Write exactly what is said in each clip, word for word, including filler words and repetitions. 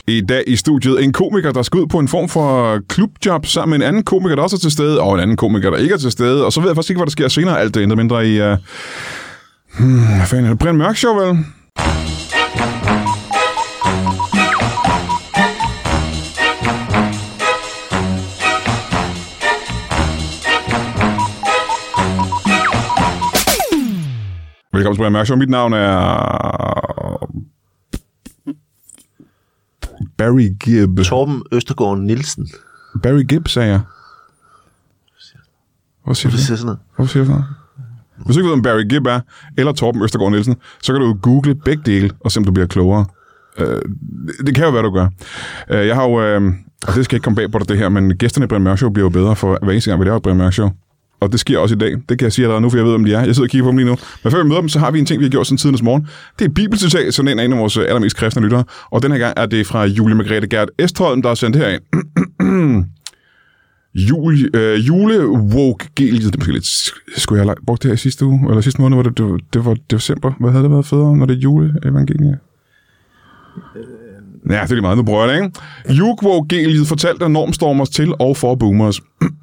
I dag i studiet en komiker, der skal ud på en form for klubjob sammen med en anden komiker, der også er til stede, og en anden komiker, der ikke er til stede. Og så ved jeg faktisk ikke, hvad der sker senere. Alt det endda mindre i... Uh... Hmm, hvad fanden er det? Brian Mørk Show, vel? Velkommen til Brian Mørk Show. Mit navn er... Barry Gibb. Torben Østergaard Nielsen. Barry Gibb, sagde jeg. Hvor siger du det? Sådan noget? Hvorfor siger du sådan noget? Hvis du ikke ved, om Barry Gibb er, eller Torben Østergaard Nielsen, så kan du google begge dele, og se om du bliver klogere. Uh, det, det kan jo være, du gør. Uh, jeg har jo... Uh, og det skal ikke komme bag på dig, det her, men gæsterne i Brian Mørk Show bliver jo bedre for hver eneste gang, vi laver et Brian Mørk Show. Og det sker også i dag. Det kan jeg sige allerede nu, for jeg ved, om de er. Jeg sidder og kigger på dem lige nu. Men før vi møder dem, så har vi en ting, vi har gjort siden tidernes morgen. Det er bibelcitat, sådan en af, en af vores allermest kristne lyttere. Og den her gang er det fra Julie Margrethe Gert Estholm, der har sendt herind. Jule, øh, Jule-woke-gel. Det er måske lidt... Skulle jeg have brugt det her i sidste uge? Eller sidste måned, var det, det, det var december. Hvad havde det været federe, når det er jule-evangelie? Ja, det er lige meget. Nu prøver jeg det, ikke? Jule-woke-gel fortalte af normstormers til og for boomers.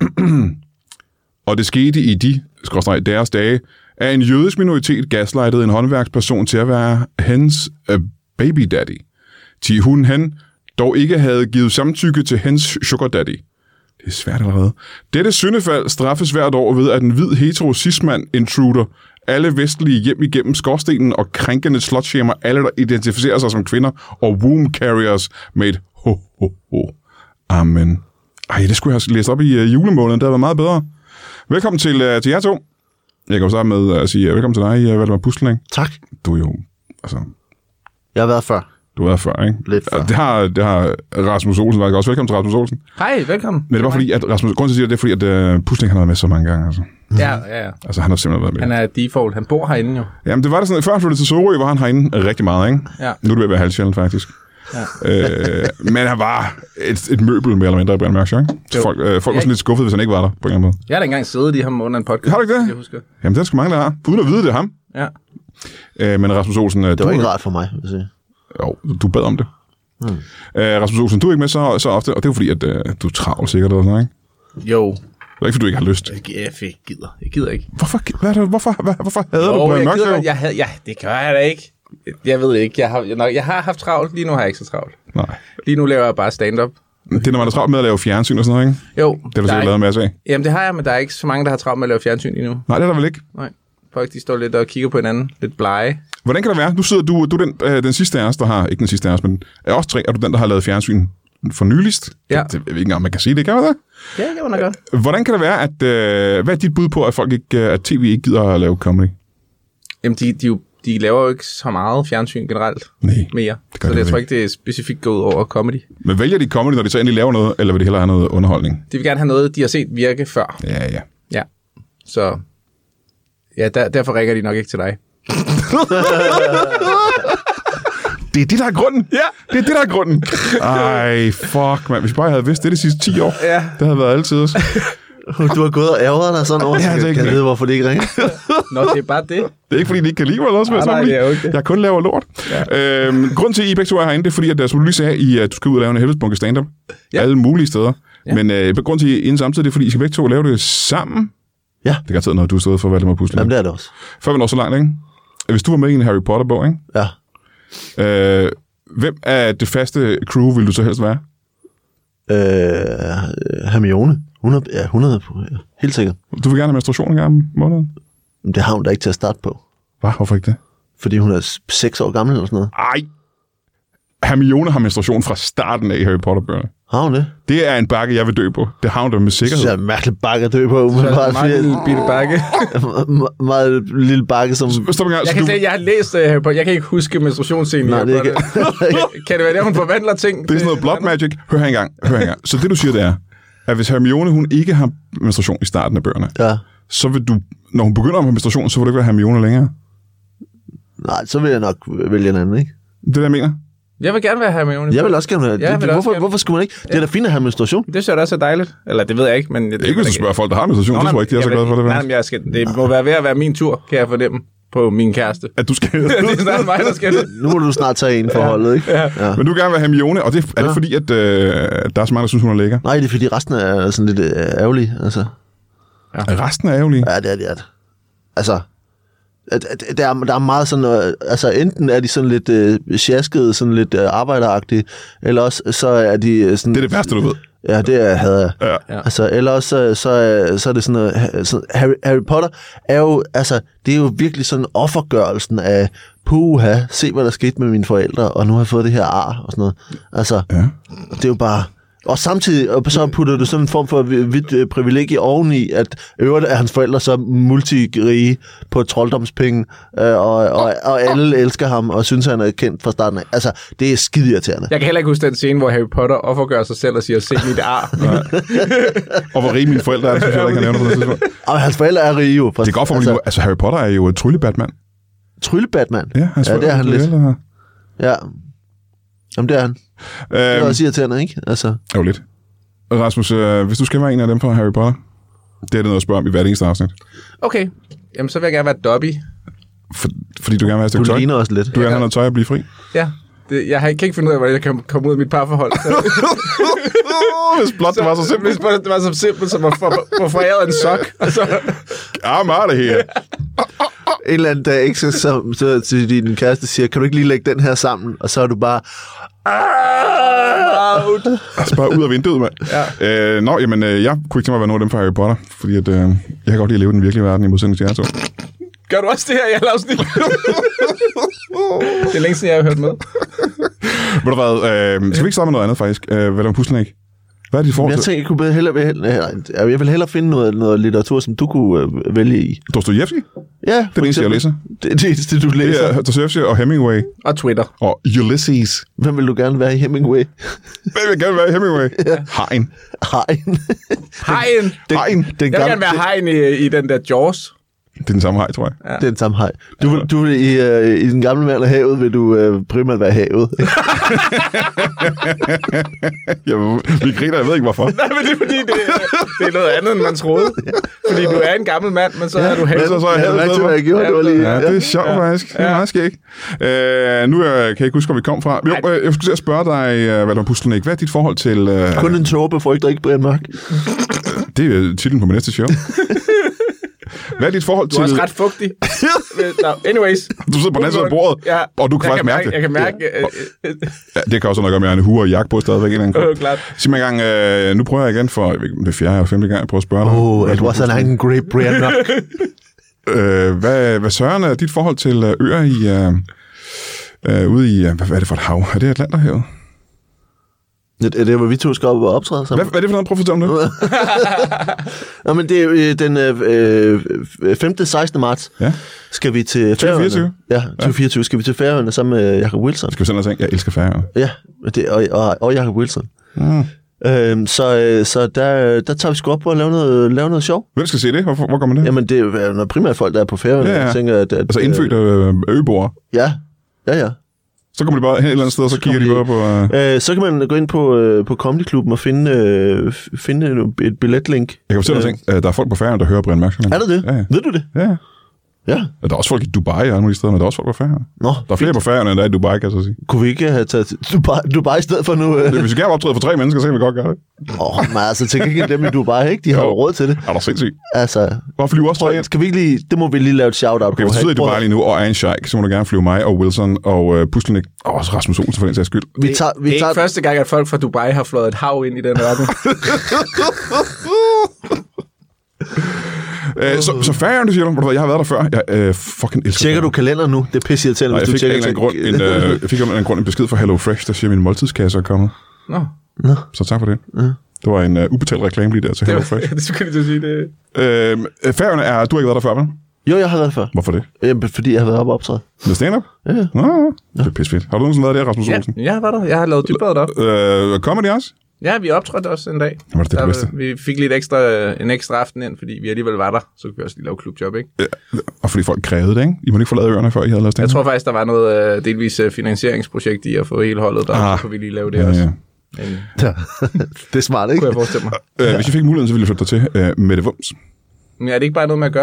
Og det skete i de, skråstreg deres dage, at en jødisk minoritet gaslightede en håndværksperson til at være hens uh, baby daddy. Til hun hen dog ikke havde givet samtykke til hens sugar daddy. Det er svært allerede. Dette syndefald straffes hvert år ved, at en hvid hetero-cis-mand intruder alle vestlige hjem igennem skorstenen og krænkende slutshamer alle, der identificerer sig som kvinder og womb carriers med et ho, ho, ho. Amen. Ej, det skulle jeg have læst op i uh, julemåneden. Det havde været meget bedre. Velkommen til, uh, til jer to. Jeg kan jo starte med at sige uh, velkommen til dig, uh, Valdemar Pusling. Tak. Du er jo, altså... Jeg har været før. Du har været før, ikke? Lidt før. Det har, det har Rasmus Olsen faktisk også. Velkommen til Rasmus Olsen. Hej, velkommen. Men det var fordi, at Rasmus... Grunden til at sige det, det er fordi, at uh, Pusling han har været med så mange gange, altså. Ja, ja, ja. Altså, han har simpelthen været med. Han er default. Han bor herinde jo. Jamen, det var det sådan, før han flyttede til Sorø, var han herinde rigtig meget, ikke? Ja. Nu er det ved at være halvsjældent, faktisk. Ja. øh, men han var et, et møbel mere eller mindre i Brian Mørk Show, ikke? Så folk, øh, folk var sådan lidt skuffet, hvis han ikke var der, på en eller anden måde. Jeg har da engang siddet i ham under en podcast. Har du ikke det? Jeg husker. Jamen, det er sgu mange, der har. Uden at vide, det er ham. Ja. Øh, men Rasmus Olsen... Det var du, ikke rart for mig, vil jeg sige. Jo, du bad om det. Hmm. Øh, Rasmus Olsen, du er ikke med så, så ofte, og det er fordi, at øh, du er travl sikkert, eller sådan, ikke? Jo. Det er ikke, fordi du ikke har lyst. Jeg, jeg gider. Jeg gider ikke. Hvorfor, hvad er det, hvorfor, hvad, hvorfor hader jo, du Brian Mørk Show? Jeg havde, ja, det gør jeg da ikke. Jeg ved det ikke. Jeg har, jeg, jeg har haft travlt. Lige nu har jeg ikke så travlt. Nej. Lige nu laver jeg bare stand-up. Det er, når man er travlt med at lave fjernsyn og sådan noget, ikke? Jo. Det har du sikkert lavet en masse af. Jamen, det har jeg, men der er ikke så mange, der har travlt med at lave fjernsyn lige nu. Nej, det er der vel ikke? Nej. Folk, de står lidt og kigger på hinanden. Lidt blege. Hvordan kan det være? Nu sidder du, du er den, øh, den sidste af os, der har... Ikke den sidste af os, men er også tre, er du den, der har lavet fjernsyn for nyligst? Ja. Det, det, jeg ved ikke engang, man kan sige det. Kan man det? Ja, det kan man da godt. Hvordan kan det være, at... Øh, hvad er dit bud på, at folk ikke... At tv ikke gider at lave comedy? Jamen, de, de, de laver jo ikke så meget fjernsyn generelt. Nej, mere. Det så det, jeg tror ikke ikke, det er specifikt gået over comedy. Men vælger de comedy, når de så endelig laver noget, eller vil de hellere have noget underholdning? De vil gerne have noget, de har set virke før. Ja, ja. Ja, så... Ja, der, derfor rækker de nok ikke til dig. Det er det, der er grunden. Ja. Det er det, der er grunden. Ej, fuck, man. Hvis bare jeg havde vidst det de sidste ti år, ja. Det havde været altid. Du har gået og ærget dig sådan over, ja, jeg kan vide, hvorfor det ikke ringer. Nå, det er bare det. Det er ikke, fordi de ikke kan lide mig eller noget. Nej, nej, det er jo ikke det. Jeg kun laver lort. Ja. Øhm, grunden til, at I begge to er herinde, det er fordi, at som du lige sagde, I, at du skal ud og lave en helvedesbunke stand-up. Ja. Alle mulige steder. Ja. Men øh, grunden til, at I er inde samtidig, det er, fordi I skal begge to lave det sammen. Ja. Det kan tage noget, du har stået for Valdemar Pusling. Jamen, det er det også. Før vi når så langt, ikke? Hvis du var med i en Harry Potter-bog, ikke? Ja. Øh, hvem af det faste crew vil du så helst være? Øh, Hermione. hundrede, ja, hundrede på, ja. Helt sikkert. Du vil gerne have menstruation en gang om måneden? Men det har hun da ikke til at starte på. Hvad? Hvorfor ikke det? Fordi hun er seks år gammel eller sådan noget. Ej! Hermione har menstruation fra starten af i Harry Potter-bøgerne. Har hun det? Det er en bakke, jeg vil dø på. Det har hun da med sikkerhed. Det er en mærkelig bakke at dø på. Så er det en meget lille bitte bakke. Me- meget lille bakke, som... Stop en gang. Jeg kan, Du... slet, jeg har læst uh, Harry Potter. Jeg kan ikke huske menstruationsscenen. Nej, det er ikke. Kan det være der, hun forvandler ting? Det er sådan noget blood magic. Hør her engang. Hør her engang. Så det, du siger, det er, at hvis Hermione, hun ikke har menstruation i starten af bøgerne, Ja. så vil du, når hun begynder med menstruation, så vil du ikke være Hermione længere. Nej, så vil jeg nok vælge en anden, ikke? Det er det, jeg mener. Jeg vil gerne være Hermione. Jeg vil også gerne have... Jeg Det, vil hvorfor, også gerne. hvorfor skulle man ikke? Det er da fint at have menstruation. Det synes jeg da også er dejligt. Eller det ved jeg ikke, men... Det, Det er ikke, hvis du spørger folk, der har menstruation. Det tror jeg ikke, de er så glade for det. Nej, men jeg skal, det må være ved at være min tur, kan jeg fornemme på min kæreste. At du skal... Det er snart mig, der skal det. Nu må du snart tage en forholdet, ikke? Ja. Ja. Men du vil gerne være Hermione, og det er, er det Ja. fordi, at øh, der er så mange, der synes, hun er lækker? Nej, det er fordi resten er sådan lidt øh, ærgerlige, altså. Ja. Resten er ærgerlige. Ja, det er det, er det. Altså, at, at, der, er, der er meget sådan, øh, altså enten er de sådan lidt øh, sjaskede, sådan lidt øh, arbejderagtige, eller også så er de øh, sådan... Det er det værste, du ved. Ja, det er havde jeg. Ja. Ja. Altså, eller også så, så, er- så er det sådan noget... Sådan, Harry, Harry Potter er jo, altså, det er jo virkelig sådan offergørelsen af, puha, se hvad der skete med mine forældre, og nu har jeg fået det her ar, og sådan noget. Altså, Ja. det er jo bare... Og samtidig og så putter du sådan en form for vidt øh, privilegie oveni, at øvrigt er hans forældre så multirige på trolddomspenge, øh, og, og, og alle elsker ham og synes, han er kendt fra starten af. Altså, det er skide irriterende. Jeg kan heller ikke huske den scene, hvor Harry Potter offergør sig selv og siger, se mit ar. Og hvor rige mine forældre er, det synes jeg, der ikke kan nævne på det tidspunkt. Og hans forældre er rige jo. Det er godt for mig lige nu. Altså, Harry Potter er jo et trylle-Batman. Trylle-Batman. Ja, hans Ja, det er han forældre lidt. eller- Ja. Jamen, det er han. Det er Øhm, også irriterende, ikke? Altså, jo lidt. Rasmus, øh, hvis du skal være en af dem fra Harry Potter, det er det noget at spørge om i hvert eneste afsnit. Okay, jamen så vil jeg gerne være Dobby. For, fordi du gerne vil have et stykke du tøj. ligner også lidt. Du vil gerne have noget tøj at blive fri. Ja, det, jeg har ikke, kan ikke finde ud af, hvordan jeg kan komme ud af mit parforhold. Hvis blot det var så simpelt. Hvis blot det var så simpelt, som at få, få foræret en sok. Altså, I'm out of here. En eller anden dag, ikke, så, så, så til din kæreste siger, kan du ikke lige lægge den her sammen? Og så er du bare... Altså bare ud af vinduet, mand. Ja. Øh, nå, jamen, øh, jeg kunne ikke tænke mig at være nogen af dem fra Harry Potter, fordi at, øh, jeg kan godt lide at leve i den virkelige verden i modsætning til jer to. gør du også det her i alle afsnit? Det er længe siden, jeg har hørt med. Ved du hvad, øh, skal vi ikke starte med noget andet faktisk? Øh, hvad er Puslenik? Hvad er dit forhold Jeg til? tænker, jeg kunne hellere, hellere, jeg vil hellere finde noget, noget litteratur, som du kunne øh, vælge i. Dostojevski? Ja, Det er det eneste, jeg læser. Det er det eneste, du læser. Det er Dostojevski og Hemingway Og Twitter. og Ulysses. Hvem vil du gerne være i Hemingway? Hvem vil gerne være Hemingway? Ja. Hein. Hein. Hajen. Den, Hein. den Jeg vil gamle, gerne være hajen i, i den der Jaws. Det er den samme hej, tror jeg. det, det er den samme hej. Du, vil, du vil i, øh, i den gamle mand af havet, vil du øh, primært være havet. Ikke? Jeg, vi griner, jeg ved ikke hvorfor. Nej, men det er fordi, det, det er noget andet, end man troede. Fordi du er en gammel mand, men så er du Men havet. så, så er jeg Jeg havet havde stedet hvad jeg for. gjorde, det var lige... Ja, det er sjovt ja. faktisk. Det er Ja. meget skægt. Øh, nu øh, kan jeg ikke huske, hvor vi kom fra. Jo, øh, jeg skulle til at spørge dig, øh, Valdemar Puslenik. Hvad er dit forhold til... Øh, Kun en tåbe frygter ikke Brian Mørk. det er titlen på min næste show. Hvad er dit forhold Du til... er også ret fugtig. No, anyways. Du sidder på den anden side af bordet, Ja. og du kan jeg faktisk mærke det. Jeg kan mærke... Ja. Ja, det kan også have noget at gøre med, at jeg har en hue og jakke på stadigvæk. En eller anden Øh, klart. Sig mig en gang, øh, nu prøver jeg igen for jeg ved ikke, om det er fjerde eller femte gang, jeg prøver at spørge dig. Åh, oh, Hvad it was an angry Brian Mørk. Øh, hvad, hvad søren er dit forhold til øh, øer i... Øh, øh, ude i... Øh, hvad, hvad er det for et hav? Er det Atlanterhavet? Det er det, hvor vi to skal op og optræde Hvad, sammen. hvad er det for noget? Prøv at fortælle om det. Nå, men det er øh, den øh, femte til sekstende marts. Ja. Skal vi til Færøerne. tyve fireogtyve? Ja, tyve fireogtyve skal vi til Færøerne sammen med Jacob Wilson. Skal vi sende os en? Jeg elsker færger. Ja, det, og, og, og Jacob Wilson. Mm. Øhm, så øh, så der, der tager vi sgu op på at lave noget, lave noget sjov. Hvem skal se det? Hvor, hvor går man det? Jamen, det er jo noget primært folk, der er på Færøerne. Ja, ja. Jeg tænker, at, at, Altså indfødte øh, øboere. Ja, ja, ja. Så kommer de bare hen et eller andet sted, og så, Så kigger de kommer bare på... Øh... Øh, så kan man gå ind på, øh, på Comedy Klubben og finde, øh, finde et billetlink. Jeg kan fortælle dig en ting. Øh, Der er folk på færgen, der hører Brian Mørk. Er der det? Ja, ja. Ved du det? Ja, ja. Ja. Der er også folk i Dubai og alle mulige steder, men der er også folk på færgen. Nå, Der er flere på færgen, end der er i Dubai, kan jeg så sige. kunne vi ikke have taget til Dubai, Dubai i stedet for nu? Øh? Det, hvis vi gerne optræde for tre mennesker, så kan vi godt gøre det. Åh, oh, men altså, tænk ikke dem i Dubai, ikke? De har jo Jo. råd til det. Er der sindssygt? Altså, Hvorfor flyver også tre prøv, ind? skal vi ikke lige, det må vi lige lave et shout-out Okay, på. hvis du sidder i Prøv- Dubai lige nu og er en sheik, så må du gerne flyve mig og Wilson og øh, Puslenik. Og også Rasmus Olsen for den sags skyld. Vi tager, vi Det er tager, ikke første gang, at folk fra Dubai har flået et hav ind i den verden. Øh, så, så færgen, du siger du? Ved du hvad, jeg har været der før. Jeg øh, fucking elsker tjekker du færgen. kalenderen nu? Det er pisse irriterende, Nej, jeg hvis fik du af en tjekker. eller anden grund en, øh, jeg fik af en eller anden grund en besked fra Hello Fresh, der siger, at min måltidskasse er kommet. Nå, Nå. Så tak for det. Ja. Det var en uh, ubetalt reklame lige der til det Hello var, Fresh. det skulle jeg lige sige. Det. Øh, Færøerne er... Du har ikke været der før, vel? Jo, jeg har været der før. Hvorfor det? Øh, fordi jeg har været oppe og optræde. Med stand-up? Ja. Nå, det er pissefedt. Har du nogensinde været der, Rasmus Ja, Olsen? jeg var der. Jeg har lavet dybere der. Øh, comedy også? Ja, vi optrådte også en dag. Var det det Der, bedste? vi fik lidt ekstra, en ekstra aften ind, fordi vi alligevel var der. Så kunne vi også lige lave klubjob, ikke? Ja, og fordi folk krævede det, ikke? I må ikke forlade øerne, før I havde lavet Jeg stand-up. tror faktisk, der var noget uh, delvis uh, finansieringsprojekt i at få hele holdet der. Ah. Så kunne vi lige lave det Ja, også. ja. Men, Ja. Det er smart, ikke? kunne jeg forestille mig. Øh, hvis I fik muligheden, så ville jeg flytte dig til øh, Mette Wums. Men er det ikke bare noget med at gøre det?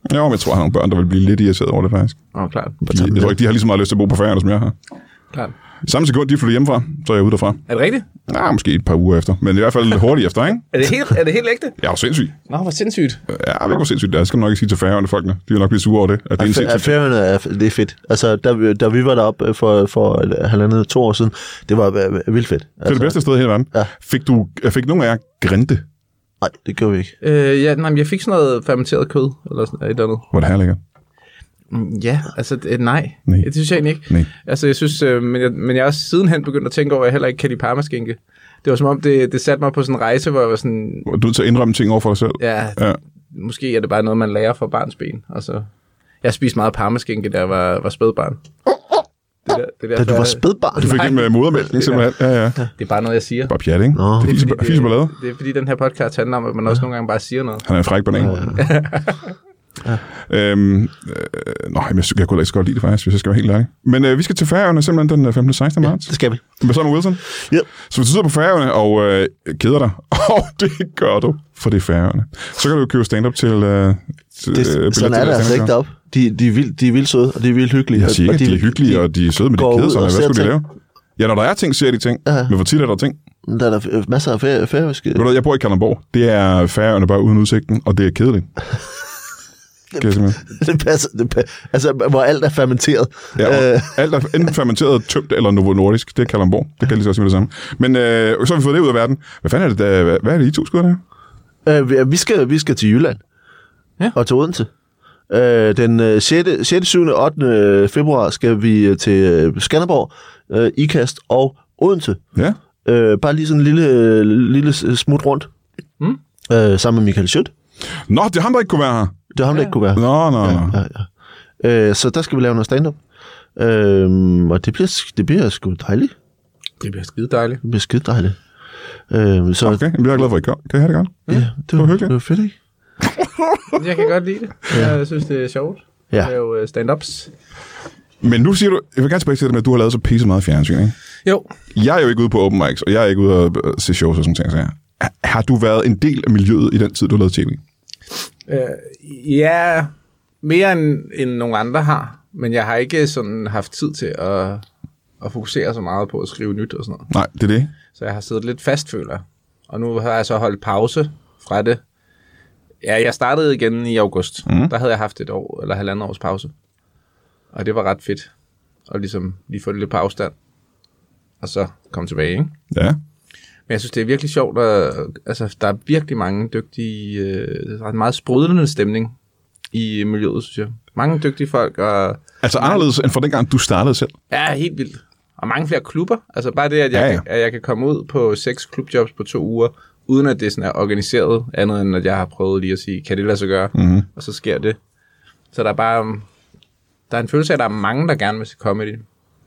Ja, men jeg tror, at nogle børn, der vil blive lidt irriteret over det, faktisk. Åh, oh, klart. De, jeg tror ikke, de har lige så meget lyst til at bo på Færøerne, som jeg har. Klart. Samme sekund, de flytter hjemmefra, så er jeg ude derfra. Er det rigtigt? Ja, måske et par uger efter, men i hvert fald hurtigt efter, ikke? Er det helt, er det helt ægte? Jeg er jo sindssyg. Nå, hvor sindssygt. Ja, jeg ved ikke, hvor sindssygt det er. Det skal man nok ikke sige til Færøerne, folkene. De vil nok blive sure over det. At det er en sindssygt. Færøerne er, det er fedt. Altså, da vi, da vi var deroppe for, for halvandet, to år siden, det var vildt fedt. Altså, det er det bedste sted i hele verden. Ja. Fik, du, fik nogen af jer grinte? Nej, det gjorde vi ikke. Øh, ja, nej, jeg fik sådan noget fermenteret kød, eller sådan et eller andet. Hvor det her ligger? Ja, altså et nej. nej. Det synes jeg egentlig ikke. Nej. Altså jeg synes, øh, men, jeg, men jeg er også sidenhen begyndt at tænke over, at jeg heller ikke kan lide parmaskinke. Det var som om, det, det satte mig på sådan en rejse, hvor jeg var sådan... Du er til at indrømme ting over for dig selv? Ja, ja, måske er det bare noget, man lærer fra barnsben. Altså, jeg spiste meget parmaskinke, da jeg var, var spædbarn. Det der, det der, da du var spædbarn? Du fik det med modermælken, simpelthen. Ja, ja. Det er bare noget, jeg siger. Bare pjat, ikke? Nå. Det er fordi, det, det, det er fordi, den her podcast handler om, at man også nogle gange bare siger noget. Han er en fræk banan. Ja. Ja. Øhm, øh, nå, jeg, jeg kunne da ikke så godt lide det faktisk, hvis jeg skal være helt ærlig. Men øh, vi skal til Færøerne simpelthen den femte til sekstende marts. Ja, det skal vi. Med Søren Wilson. Ja. Så hvis du sidder på Færøerne og øh, keder dig, og det gør du, for det er Færøerne, så kan du købe stand-up til... Øh, til det, øh, sådan er det altså ikke deroppe. De, de, er vildt, de er vildt søde, og de er vildt hyggelige. Jeg siger ikke, de, de er hyggelige, og de er søde, men de keder sig. Hvad skulle de lave? Ja, når der er ting, ser de ting. Ja. Men hvor tit er der ting? Der er der masser af fær- færøske... Ved du, jeg bor i Kalundborg. Det er Færøerne bare uden udsigten, og det er kedeligt. Det, det passer, det passer, altså, hvor alt er fermenteret. Ja, alt er enten fermenteret, tømt eller Novo Nordisk. Det er Kalundborg. Det kan lige så også sige det samme. Men øh, så har vi fået det ud af verden. Hvad fanden er det, der, hvad er det, I to skal der? Øh, vi, skal, vi skal til Jylland. Ja. Og til Odense. Øh, den sjette, syvende og ottende februar skal vi til Skanderborg, øh, Ikast og Odense. Ja. Øh, bare lige sådan en lille, lille smut rundt. Mm. Øh, sammen med Michael Schødt. Nå, det er ham, der ikke kunne være her. Det er ham, der ikke kunne være. Nå, nå, ja, ja, ja. Øh, så der skal vi lave noget stand-up. Øh, og det bliver, det bliver sgu dejligt. Det bliver skide dejligt. Det bliver skide dejligt. Øh, så, okay, jeg er glad for, at I kom. Kan I have det godt? Ja, det, det var hyggeligt. Det var fedt, ikke? Jeg kan godt lide det. Ja. Jeg synes, det er sjovt. Ja. Det er jo stand-ups. Men nu siger du, jeg vil gerne tilbage til det med, at du har lavet så pisse meget fjernsyn, ikke? Jo. Jeg er jo ikke ude på open mics, og jeg er ikke ude at se shows og sådan ting. Så har du været en del af miljøet i den tid, du har lavet tv? Øh, ja, mere end, end nogle andre har. Men jeg har ikke sådan haft tid til at, at fokusere så meget på at skrive nyt og sådan noget. Nej, det er det. Så jeg har siddet lidt fast, føler jeg. Og nu har jeg så holdt pause fra det. Ja, jeg startede igen i august. Mm. Der havde jeg haft et år eller halvandet års pause. Og det var ret fedt. Og ligesom lige få det lidt på afstand. Og så komme tilbage, ikke? Ja. Men jeg synes, det er virkelig sjovt. At, altså, der er virkelig mange dygtige... Øh, der er en meget sprudlende stemning i miljøet, synes jeg. Mange dygtige folk. Og altså anderledes end fra dengang, du startede selv? Ja, helt vildt. Og mange flere klubber. Altså bare det, at jeg, ja, ja. Kan, at jeg kan komme ud på seks klubjobs på to uger, uden at det sådan er organiseret, andet end at jeg har prøvet lige at sige, kan det lade sig gøre? Mm-hmm. Og så sker det. Så der er bare... Der er en følelse af, at der er mange, der gerne vil se comedy.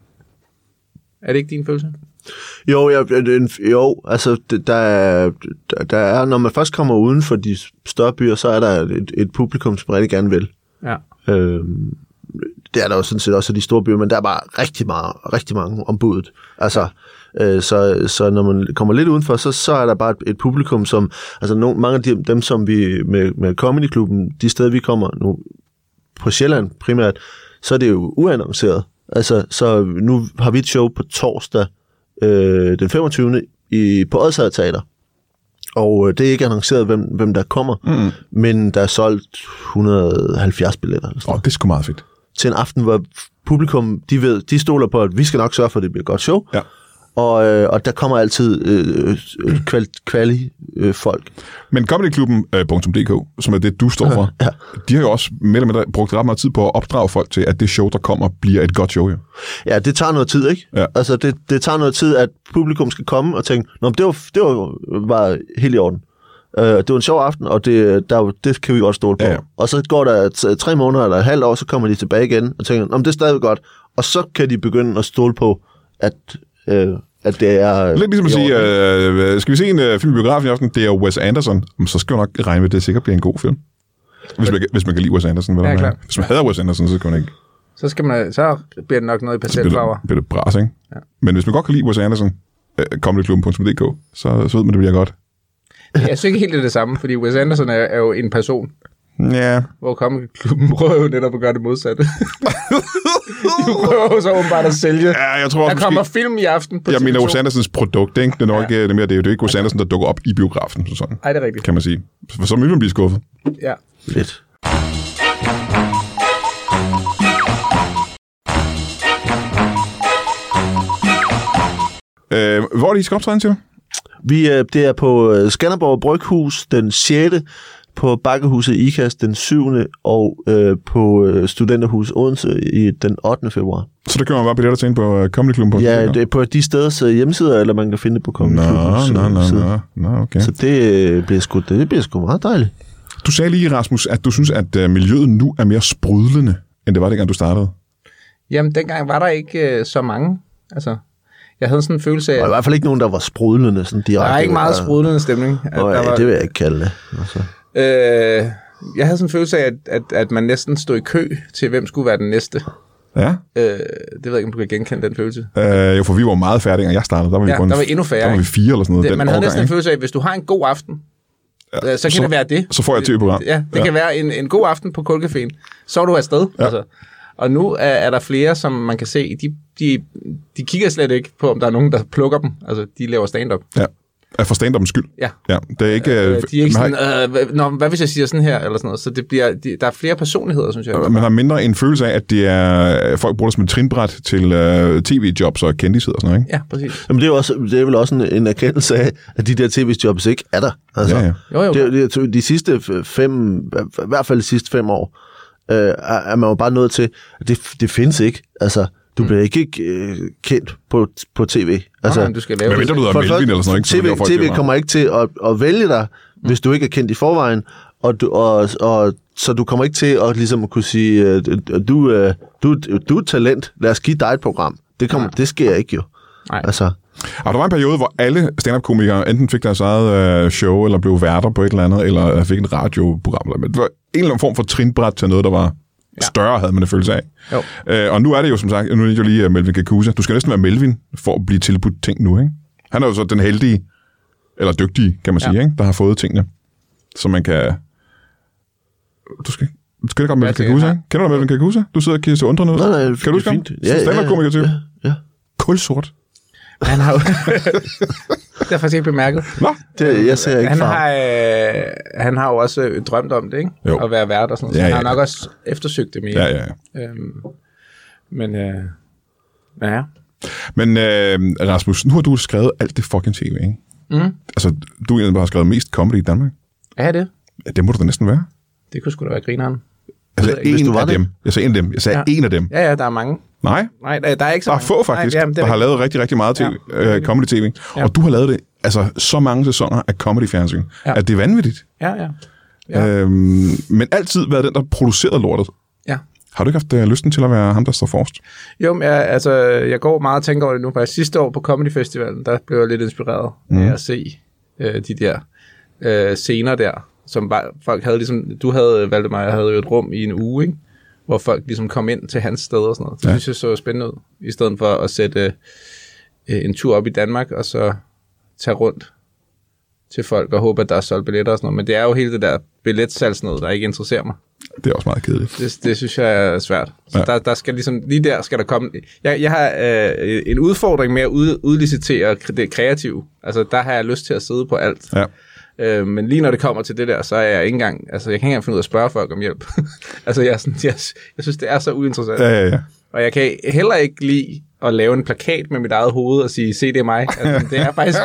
Er det ikke din følelse? Jo, jeg, jo altså der er, der er, når man først kommer uden for de større byer, så er der et, et publikum, som rigtig gerne vil. Ja. Øhm, det er der jo sådan set også i de store byer, men der er bare rigtig meget, rigtig mange om budet. Altså, øh, så, så når man kommer lidt udenfor, så, så er der bare et, et publikum, som, altså nogle, mange af de, dem, som vi med, med Comedy-klubben, de steder vi kommer nu, på Sjælland primært, så er det jo uannonceret. Altså, så nu har vi et show på torsdag, øh, den femogtyvende i, på Odsherred Teater. Og øh, det er ikke annonceret, hvem, hvem der kommer, mm. men der er solgt et hundrede og halvfjerds billetter. Åh, oh, det er sgu meget fedt. Til en aften, hvor publikum, de ved, de stoler på, at vi skal nok sørge for, at det bliver et godt show. Ja. Og, øh, og der kommer altid øh, kvali, kvali øh, folk. Men comedyklubben punktum d k, som er det, du står for, ja. De har jo også med eller mindre brugt ret meget tid på at opdrage folk til, at det show, der kommer, bliver et godt show. Jo. Ja, det tager noget tid, ikke? Ja. Altså, det, det tager noget tid, at publikum skal komme og tænke, nå, det var, det var bare helt i orden. Uh, det var en sjov aften, og det, der, det kan vi godt stole på. Ja, ja. Og så går der t- tre måneder eller et halvt år, så kommer de tilbage igen og tænker, nå, det er stadig godt. Og så kan de begynde at stole på, at... Uh, at det er... Lidt ligesom at sige, øh, skal vi se en uh, film i biografen i aften? Det er Wes Anderson. Så skal man nok regne med, at det sikkert bliver en god film. Hvis man, hvis man kan lide Wes Anderson. Ja, klar. Hvis man hader Wes Anderson, så kan man ikke... Så, skal man, så bliver det nok noget i parcelfarver. Så bliver det bras, ikke? Ja. Men hvis man godt kan lide Wes Anderson, uh, comedyklubben punktum d k, så, så ved man, det bliver godt. Jeg synes ikke helt det, det samme, fordi Wes Anderson er, er jo en person. Ja. Hvor Comedy-klubben prøver jo netop at gøre det modsatte. De prøver jo så åbenbart at sælge. Ja, jeg tror der måske... kommer film i aften på Jeg T V to. mener Wes Andersons produkt, ikke? Det er nok ja. ikke det mere. Det er jo det ikke Wes Anderson, der dukker op i biografen. Sådan, Ej, det er rigtigt. kan man sige. For så vil man blive skuffet. Ja. Lidt. Øh, hvor er det, I skal optræde til? Vi, øh, det er på øh, Skanderborg Bryghus den sjette, på Bakkehuset Ikast den syvende og øh, på øh, Studenterhus Odense i den ottende februar. Så der kører man bare billetter til ind på uh, Comedy Klubben? Ja, det er på de steders uh, hjemmesider, eller man kan finde det på Comedy Klubbens Nå, nå, side. nå, nå, okay. Så det øh, bliver, sgu, det bliver sgu meget dejligt. Du sagde lige, Rasmus, at du synes, at uh, miljøet nu er mere sprudlende, end det var, dengang du startede. Jamen, dengang var der ikke øh, så mange. Altså, jeg havde sådan en følelse af... Der var i hvert fald ikke nogen, der var sprudlende. Sådan direkte. Der var ikke meget sprudlende stemning. At Nå, ja, der var, det vil jeg ikke kalde det. Altså. øh, jeg havde sådan en følelse af, at, at, at man næsten stod i kø til, hvem skulle være den næste. Ja. Øh, det ved jeg ikke, om du kan genkende den følelse. Øh, jo, for vi var meget færdige, og jeg startede. Der var vi Ja, kun, der var endnu færre. Der var vi fire eller sådan noget. Det, den man havde årgang, næsten en ikke? følelse af, at hvis du har en god aften, Ja, så kan så, det være det. Så får jeg et tv-program. Ja, det ja. kan være en, en god aften på Kulcaféen. Så er du afsted. Ja. Altså. Og nu er, er der flere, som man kan se, de, de, de kigger slet ikke på, om der er nogen, der plukker dem. Altså, de laver stand-up. Ja. For stand-up'ens skyld. Ja. Ja, det er ikke... Øh, Øh, de er ikke man sådan, har, øh, hvad, nå, hvad hvis jeg siger sådan her, eller sådan noget. Så det bliver, de, der er flere personligheder, synes jeg. man har mindre en følelse af, at det er, folk bruger det som et trinbræt til øh, tv-jobs og kendished og sådan noget, ikke? Ja, præcis. Jamen, det er, jo også, det er vel også en, en erkendelse af, at de der tv-jobs ikke er der. Altså, Ja, ja. Jo, jo. Det, det, de sidste fem, i hvert fald de sidste fem år, øh, er, er man jo bare nået til, at det, det findes ikke. Altså, du bliver ikke øh, kendt på, på tv. Altså, Nej, du skal lave Men det. venter du ud af for Melvin folk- eller sådan noget, ikke? Så T V, laver folk T V det kommer ikke til at, at vælge dig, hvis du ikke er kendt i forvejen, og, du, og, og så du kommer ikke til at ligesom kunne sige, øh, du, øh, du, du er et talent, lad os give dig et program. Det, kommer, det sker ikke jo. Nej. Altså, Og der var en periode, hvor alle stand-up-komikere enten fik deres eget øh, show, eller blev værter på et eller andet, eller fik en radioprogram. Eller, men det var en eller anden form for trinbræt til noget, der var ja. større, havde man en følelse af. Jo. Øh, og nu er det jo som sagt, nu er det jo lige uh, Melvin Kakusa. Du skal næsten være Melvin for at blive tilbudt ting nu, ikke? Han er jo så den heldige, eller dygtige, kan man Ja. sige, ikke? Der har fået tingene, så man kan... Du skal... Du skal ikke godt Melvin tænker, Kakusa, ja. ikke? Kender du Melvin Kakusa? Du sidder og kigger til undrende ud. nej, nej, Kan du huske ham? fint. Ja, ja, Stand-up-komiker til. ja, ja. Kulsort. Han har jo... det har faktisk ikke bemærket. Nå, Det, jeg ser ikke Han fra. har, øh, han har jo også øh, drømt om det, ikke? Jo. At være vært og sådan noget. Så Ja, han ja. har nok også eftersøgt det mere. ja, ja, ja. Øhm, men, øh, ja. Men øh, Rasmus, nu har du skrevet alt det fucking tv, ikke? Mm. Altså, du er en, der har skrevet mest comedy i Danmark. Er det? Ja, det må du da næsten være. Det kunne sgu da være grineren. Altså, Hvis en du var af det. dem. Jeg sagde en af dem. Jeg sagde Ja. en af dem. Ja, ja, der er mange. Nej, Nej, der, der er ikke så der er mange. få faktisk, Nej, jamen, det er der har rigtigt. lavet rigtig, rigtig meget til Ja. øh, comedy-tv. Ja. Og du har lavet det, altså, så mange sæsoner af comedy-fjernsyn, Ja. at det er vanvittigt. Ja, ja. Ja. Øhm, men altid været den, der producerede lortet. Ja. Har du ikke haft uh, lysten til at være ham, der står forrest? Jo, men jeg, altså, jeg går meget og tænker over det nu. Faktisk sidste år på Comedy Festivalen, der blev jeg lidt inspireret Mm. af at se øh, de der øh, scener der, som bare, folk havde ligesom, du havde, Valdemar, jeg havde jo et rum i en uge, ikke? Hvor folk ligesom kom ind til hans sted og sådan noget. Det Ja. synes jeg så spændende ud, i stedet for at sætte øh, en tur op i Danmark, og så tage rundt til folk og håbe, at der er solgt billetter og sådan noget. Men det er jo hele det der billetsalgsnød, der ikke interesserer mig. Det er også meget kedeligt. Det, det synes jeg er svært. Så Ja. ja. der, der skal ligesom, lige der skal der komme... Jeg, jeg har øh, en udfordring med at ud, udlicitere det kreative. Altså, der har jeg lyst til at sidde på alt. Ja. Øh, men lige når det kommer til det der, så er jeg ikke engang... Altså, jeg kan ikke engang finde ud af at spørge folk om hjælp. altså, jeg, er sådan, jeg, jeg synes, det er så uinteressant. Ja, ja, ja. Og jeg kan heller ikke lide at lave en plakat med mit eget hoved og sige, se, det er mig. Altså, det er faktisk...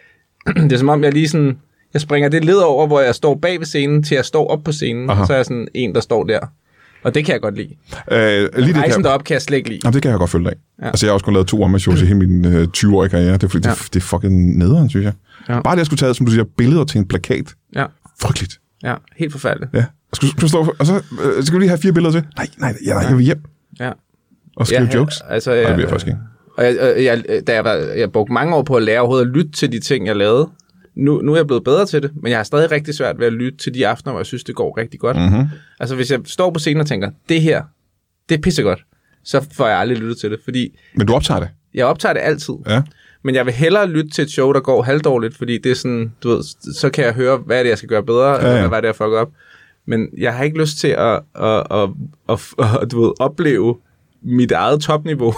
det er som om, jeg lige sådan... Jeg springer det led over, hvor jeg står bag ved scenen, til jeg står op på scenen. Aha. Så er jeg sådan en, der står der. Og det kan jeg godt lide. Øh, lige det Rejsen kan, derop kan jeg slet ikke lide. jamen, det kan jeg godt følge dig af. Ja. Altså, jeg har også kun lavet to one-man-shows i hele min øh, tyve-årige karriere. Det er, fordi, Ja. det, det er fucking nederen, synes jeg. Ja. Bare det, jeg skulle tage, som du siger, billeder til en plakat. Ja, Frygteligt. ja, helt forfærdeligt. Ja. Skal, skal stå, og så øh, skal vi lige have fire billeder til. Nej, nej, nej, nej, jeg vil hjem Ja. og skrive Ja, jokes. Altså, Nej, jeg, det vil jeg faktisk ikke. Og jeg, og jeg, da jeg, var, jeg brugte mange år på at lære overhovedet at lytte til de ting, jeg lavede. Nu, nu er jeg blevet bedre til det, men jeg har stadig rigtig svært ved at lytte til de aftener, hvor jeg synes, det går rigtig godt. Mm-hmm. Altså, hvis jeg står på scenen og tænker, det her, det er pissegodt, så får jeg aldrig lyttet til det, fordi Men du optager det? jeg optager det altid. Ja. Men jeg vil hellere lytte til et show, der går halvdårligt, fordi det er sådan, du ved, så kan jeg høre, hvad er det, jeg skal gøre bedre, Ja, ja, ja. eller hvad er det, jeg fucker op. Men jeg har ikke lyst til at, at, at, at, at, at du ved, opleve mit eget topniveau.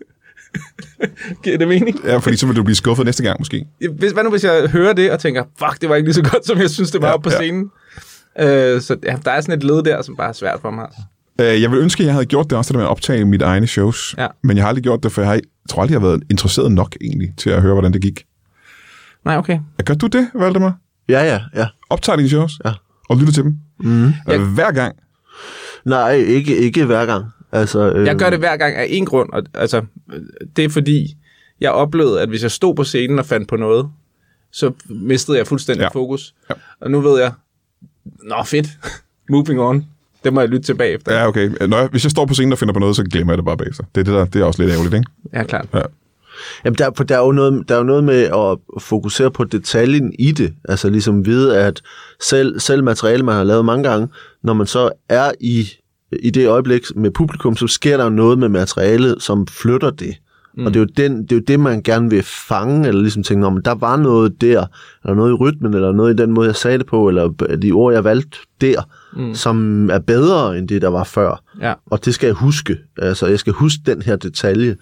Giver det mening? Ja, fordi så vil du blive skuffet næste gang, måske. Hvis, hvad nu, hvis jeg hører det og tænker, fuck, det var ikke lige så godt, som jeg synes, det var ja, på scenen. Ja. Øh, så ja, der er sådan et led der, som bare er svært for mig. Altså. Jeg vil ønske, at jeg havde gjort det også, det med at optage mine egne shows. Ja. Men jeg har aldrig gjort det, for jeg, har, jeg tror aldrig, jeg har været interesseret nok egentlig til at høre, hvordan det gik. Nej, okay. Gør du det, Valdemar? Ja, ja, ja. Optager dine shows? Ja. Og lytter til dem? Mm. Jeg... Hver gang? Nej, ikke, ikke hver gang. Altså, øh... Jeg gør det hver gang af en grund. Og, altså, det er fordi, jeg oplevede, at hvis jeg stod på scenen og fandt på noget, så mistede jeg fuldstændig ja. fokus. Ja. Og nu ved jeg, nå fedt, moving on. Det må jeg lytte tilbage efter. Ja, okay. Når jeg, hvis jeg står på scenen og finder på noget, så glemmer jeg det bare bagefter. Det er, det der, det er også lidt ærgerligt, ikke? Ja, klart. Ja. Jamen, der, for der er, jo noget, der er jo noget med at fokusere på detaljen i det. Altså ligesom vide, at selv, selv materiale, man har lavet mange gange, når man så er i, i det øjeblik med publikum, så sker der jo noget med materialet, som flytter det. Mm. Og det er, jo den, det er jo det, man gerne vil fange, eller ligesom tænke, om der var noget der, eller noget i rytmen, eller noget i den måde, jeg sagde det på, eller de ord, jeg valgte der, mm. som er bedre end det, der var før. Ja. Og det skal jeg huske. Altså, jeg skal huske den her detalje.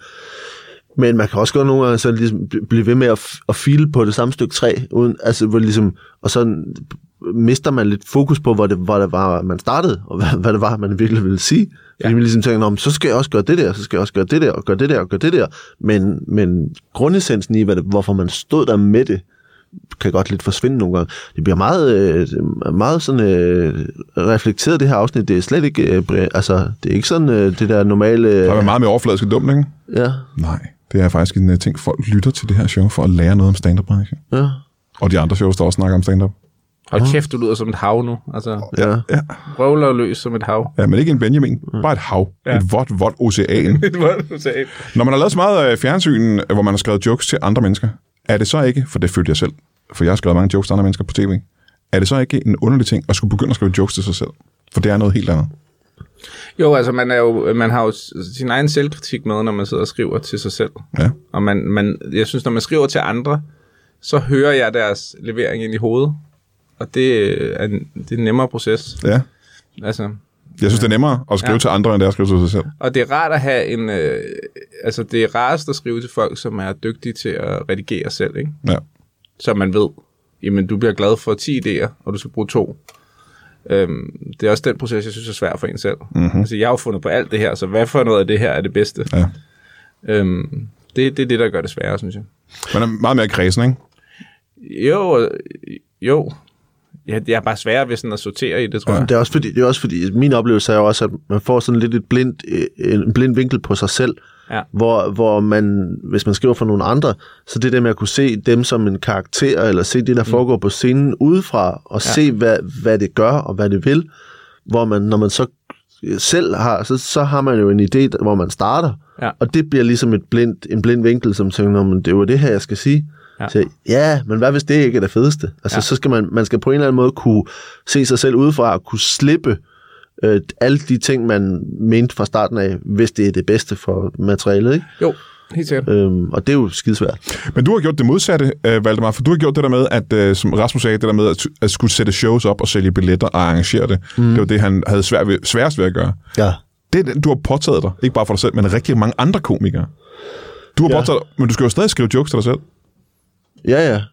Men man kan også godt nogle gange så ligesom blive ved med at, f- at file på det samme stykke træ, uden, altså, hvor ligesom, og så mister man lidt fokus på, hvor det, hvor det var, man startede, og hvad, hvad det var, man virkelig ville sige. Fordi ja. man ligesom tænker, om, så skal jeg også gøre det der, så skal jeg også gøre det der, og gøre det der, og gøre det der. Men, men grundessensen i, hvad det, hvorfor man stod der med det, kan godt lidt forsvinde nogle gange. Det bliver meget, meget sådan øh, reflekteret, det her afsnit. Det er slet ikke, øh, altså, det er ikke sådan øh, det der normale... Øh, der er meget mere overfladisk og dumt, ikke? Ja. Nej, det er faktisk en ting, folk lytter til det her show for at lære noget om stand-up-branchen. Ja. Og de andre shows, der også snakker om stand-up. Hold kæft, du lyder som et hav nu. Altså, ja. ja. Røvler løs som et hav. Ja, men ikke en Benjamin. Bare et hav. Ja. Et vådt, vådt ocean. Et vådt ocean. Når man har lavet så meget fjernsyn, hvor man har skrevet jokes til andre mennesker, er det så ikke, for det følte jeg selv, for jeg har skrevet mange jokes til andre mennesker på tv, er det så ikke en underlig ting at skulle begynde at skrive jokes til sig selv? For det er noget helt andet. Jo, altså man, er jo, man har jo sin egen selvkritik med, når man sidder og skriver til sig selv. Ja. Og man, man, jeg synes, når man skriver til andre, så hører jeg deres levering ind i hovedet. Og det er en, det er en nemmere proces. Ja. Altså, jeg synes, det er nemmere at skrive ja. til andre, end det er at skrive til sig selv. Og det er rart at have en... Øh, altså, det er rarest at skrive til folk, som er dygtige til at redigere selv, ikke? Ja. Så man ved, jamen, du bliver glad for ti idéer, og du skal bruge to. Øhm, det er også den proces, jeg synes er svær for en selv. Mm-hmm. Altså, jeg har jo fundet på alt det her, så hvad for noget af det her er det bedste? Ja. Øhm, det, det er det, der gør det svære, synes jeg. Man er meget mere kredsen, ikke? Jo, jo. Ja, det er bare sværere ved sådan at sortere i det, tror ja. jeg. Det er også fordi, det er også fordi min oplevelse er jo også, at man får sådan lidt et blindt, en blind vinkel på sig selv, ja. hvor, hvor man, hvis man skriver for nogle andre, så det der med at kunne se dem som en karakter, eller se det, der mm. foregår på scenen udefra, og ja. se, hvad, hvad det gør, og hvad det vil, hvor man, når man så selv har, så, så har man jo en idé, hvor man starter, ja. og det bliver ligesom et blindt, en blind vinkel, som tænker, men det er jo det her, jeg skal sige. Ja. Så, ja, men hvad hvis det ikke er det fedeste? Altså, ja. så skal man, man skal på en eller anden måde kunne se sig selv udefra og kunne slippe øh, alle de ting, man mente fra starten af, hvis det er det bedste for materialet, ikke? Jo, helt sikkert. Øhm, og det er jo skidesvært. Men du har gjort det modsatte, øh, Valdemar, for du har gjort det der med, at, øh, som Rasmus sagde, det der med at, at skulle sætte shows op og sælge billetter og arrangere det. Mm. Det var det, han havde svært ved, sværest ved at gøre. Ja. Det er det, du har påtaget dig, ikke bare for dig selv, men rigtig mange andre komikere. Du har ja. påtaget dig, men du skal jo stadig skrive jokes til dig selv. Ja, ja.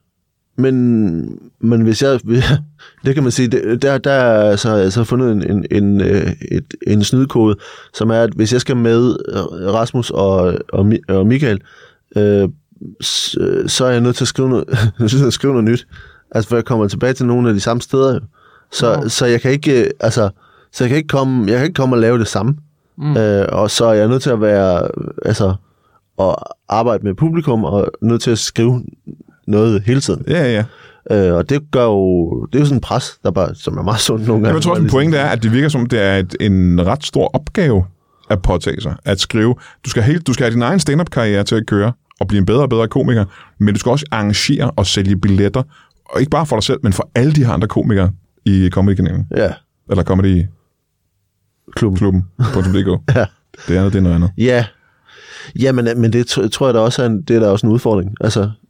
Men, men hvis jeg... Det kan man sige, det, der, der er altså, altså fundet en, en, en, et, en snydkode, som er, at hvis jeg skal med Rasmus og, og, og Michael, øh, så, så er jeg nødt til at skrive noget, at skrive noget nyt. Altså, for jeg kommer tilbage til nogle af de samme steder. Så, oh. så jeg kan ikke... Altså, så jeg kan ikke komme, jeg kan ikke komme og lave det samme. Mm. Øh, og så er jeg nødt til at være... Altså, at arbejde med publikum, og nødt til at skrive noget hele tiden. Ja, ja. Øh, og det gør jo, det er jo sådan en pres, der bare, som er meget sundt nogle gange. Jeg tror også, en pointe er, at det virker som, det er et, en ret stor opgave at påtage sig, at skrive. Du skal, helt, du skal have din egen stand-up-karriere til at køre, og blive en bedre og bedre komiker, men du skal også arrangere og sælge billetter, og ikke bare for dig selv, men for alle de her andre komikere i Comedy-kanalen. Ja. Eller Comedy Klubben. Klubben. Ja. Det andet, det er noget andet. Ja. Ja, men, men det tror jeg da også er en, det er da også en udfordring. Altså,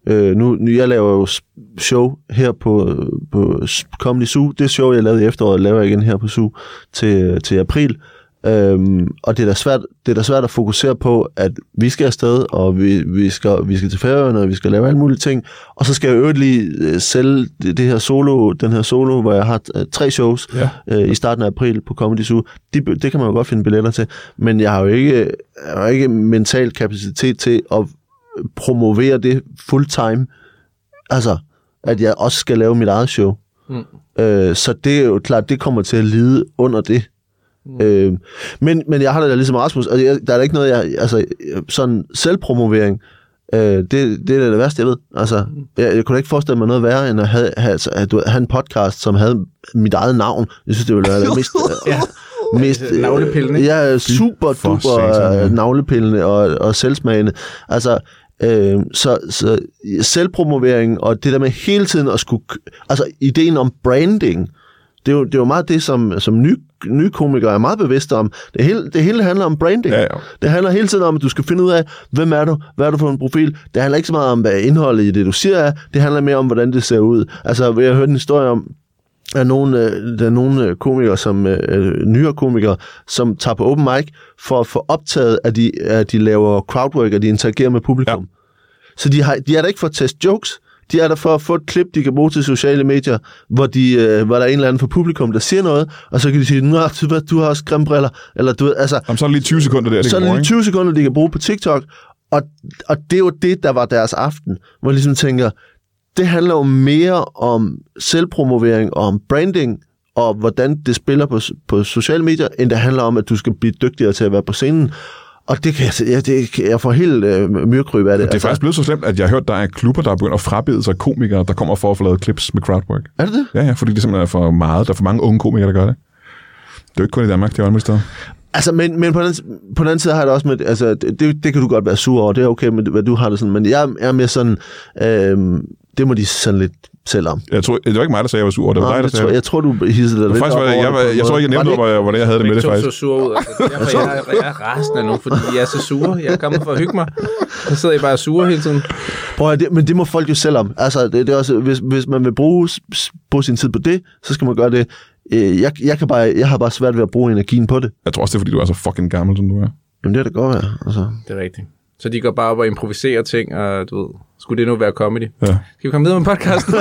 Øh, nu, nu, jeg laver jo show her på, på Comedy Zoo. Det show, jeg lavede i efteråret, laver jeg igen her på Zoo til, til april. Øhm, og det er, da svært, det er da svært at fokusere på, at vi skal afsted, og vi, vi, skal, vi skal til Færøerne, og vi skal lave alle mulige ting. Og så skal jeg øvrigt lige sælge det, det her solo, den her solo, hvor jeg har uh, tre shows ja. øh, i starten af april på Comedy Zoo. De, det kan man jo godt finde billetter til. Men jeg har jo ikke, jeg har ikke mental kapacitet til at promovere det full-time. Altså, at jeg også skal lave mit eget show. Mm. Øh, så det er jo klart, det kommer til at lide under det. Mm. Øh, men, men jeg har da ligesom Rasmus, altså, jeg, der er da ikke noget, jeg, altså sådan selvpromovering, øh, det, det er det værste, jeg ved. Altså, jeg, jeg kunne da ikke forestille mig noget værre, end at have, have, altså, at have en podcast, som havde mit eget navn. Jeg synes, det ville være det mest... ja. mest navlepillende. Ja, super duper navlepillende og, og selvsmagende. Altså, øh, så, så selvpromovering og det der med hele tiden at skulle... Altså, ideen om branding, det er jo, det er jo meget det, som, som ny, nye komikere er meget bevidste om. Det hele, det hele handler om branding. Ja, ja. Det handler hele tiden om, at du skal finde ud af, hvem er du? Hvad er du for en profil? Det handler ikke så meget om, hvad indholdet i det, du siger er. Det handler mere om, hvordan det ser ud. Altså, jeg har hørt en historie om, at nogle, der er nogle komikere, som øh, nyere komikere, som tager på open mic for at få optaget, at de, at de laver crowdwork, at de interagerer med publikum. Ja. Så de, har, de er der ikke for at teste jokes. De er der for at få et klip, de kan bruge til sociale medier, hvor, de, øh, hvor der er en eller anden fra publikum, der siger noget, og så kan de sige, nå, du har også grimme briller. Eller, du, altså, Jamen, så er det lige tyve sekunder der. Så er det lige tyve sekunder, de kan bruge på TikTok. Og, og det er jo det, der var deres aften, hvor jeg ligesom tænker, det handler jo mere om selvpromovering og om branding, og hvordan det spiller på, på sociale medier, end det handler om, at du skal blive dygtigere til at være på scenen. Og det kan jeg, ja, det, jeg får helt øh, myrkryb af det. Det er altså faktisk blevet så slemt, at jeg har hørt, der er klubber, der er begyndt at frabede sig komikere, der kommer for at få lavet clips med crowdwork. Er det det? Ja, ja, fordi det simpelthen er for meget. Der er for mange unge komikere, der gør det. Det er jo ikke kun i Danmark, det er jo andre steder. Altså, men, men på, den, på den anden side har jeg det også med, altså, det, det kan du godt være sur over, det er okay med, hvad du har det sådan, men jeg er mere sådan, øh, det må de sådan lidt selv om. Jeg tror, det var ikke mig, der sagde, at jeg var sur over, det var Nå, dig, der sagde tror, Jeg tror, du hissede dig lidt faktisk, op jeg, jeg, jeg, jeg tror ikke, jeg nævnte, hvor, hvordan jeg havde det med det, faktisk. Jeg så sur ud. Altså, derfor, jeg, jeg er rasende nu, fordi jeg er så sure. Jeg er kommet for at hygge mig. Så sidder jeg bare sure hele tiden. Prøv at, det, men det må folk jo selv om. Altså, det, det er også, hvis, hvis man vil bruge, bruge sin tid på det, så skal man gøre det. Jeg, jeg, kan bare, jeg har bare svært ved at bruge energien på det. Jeg tror også, det er, fordi du er så fucking gammel, som du er. Jamen, det er det godt, ja. Altså. Det er rigtigt. Så de går bare op og improviserer ting, og du ved, skulle det nu være comedy? Ja. Skal vi komme videre med podcasten?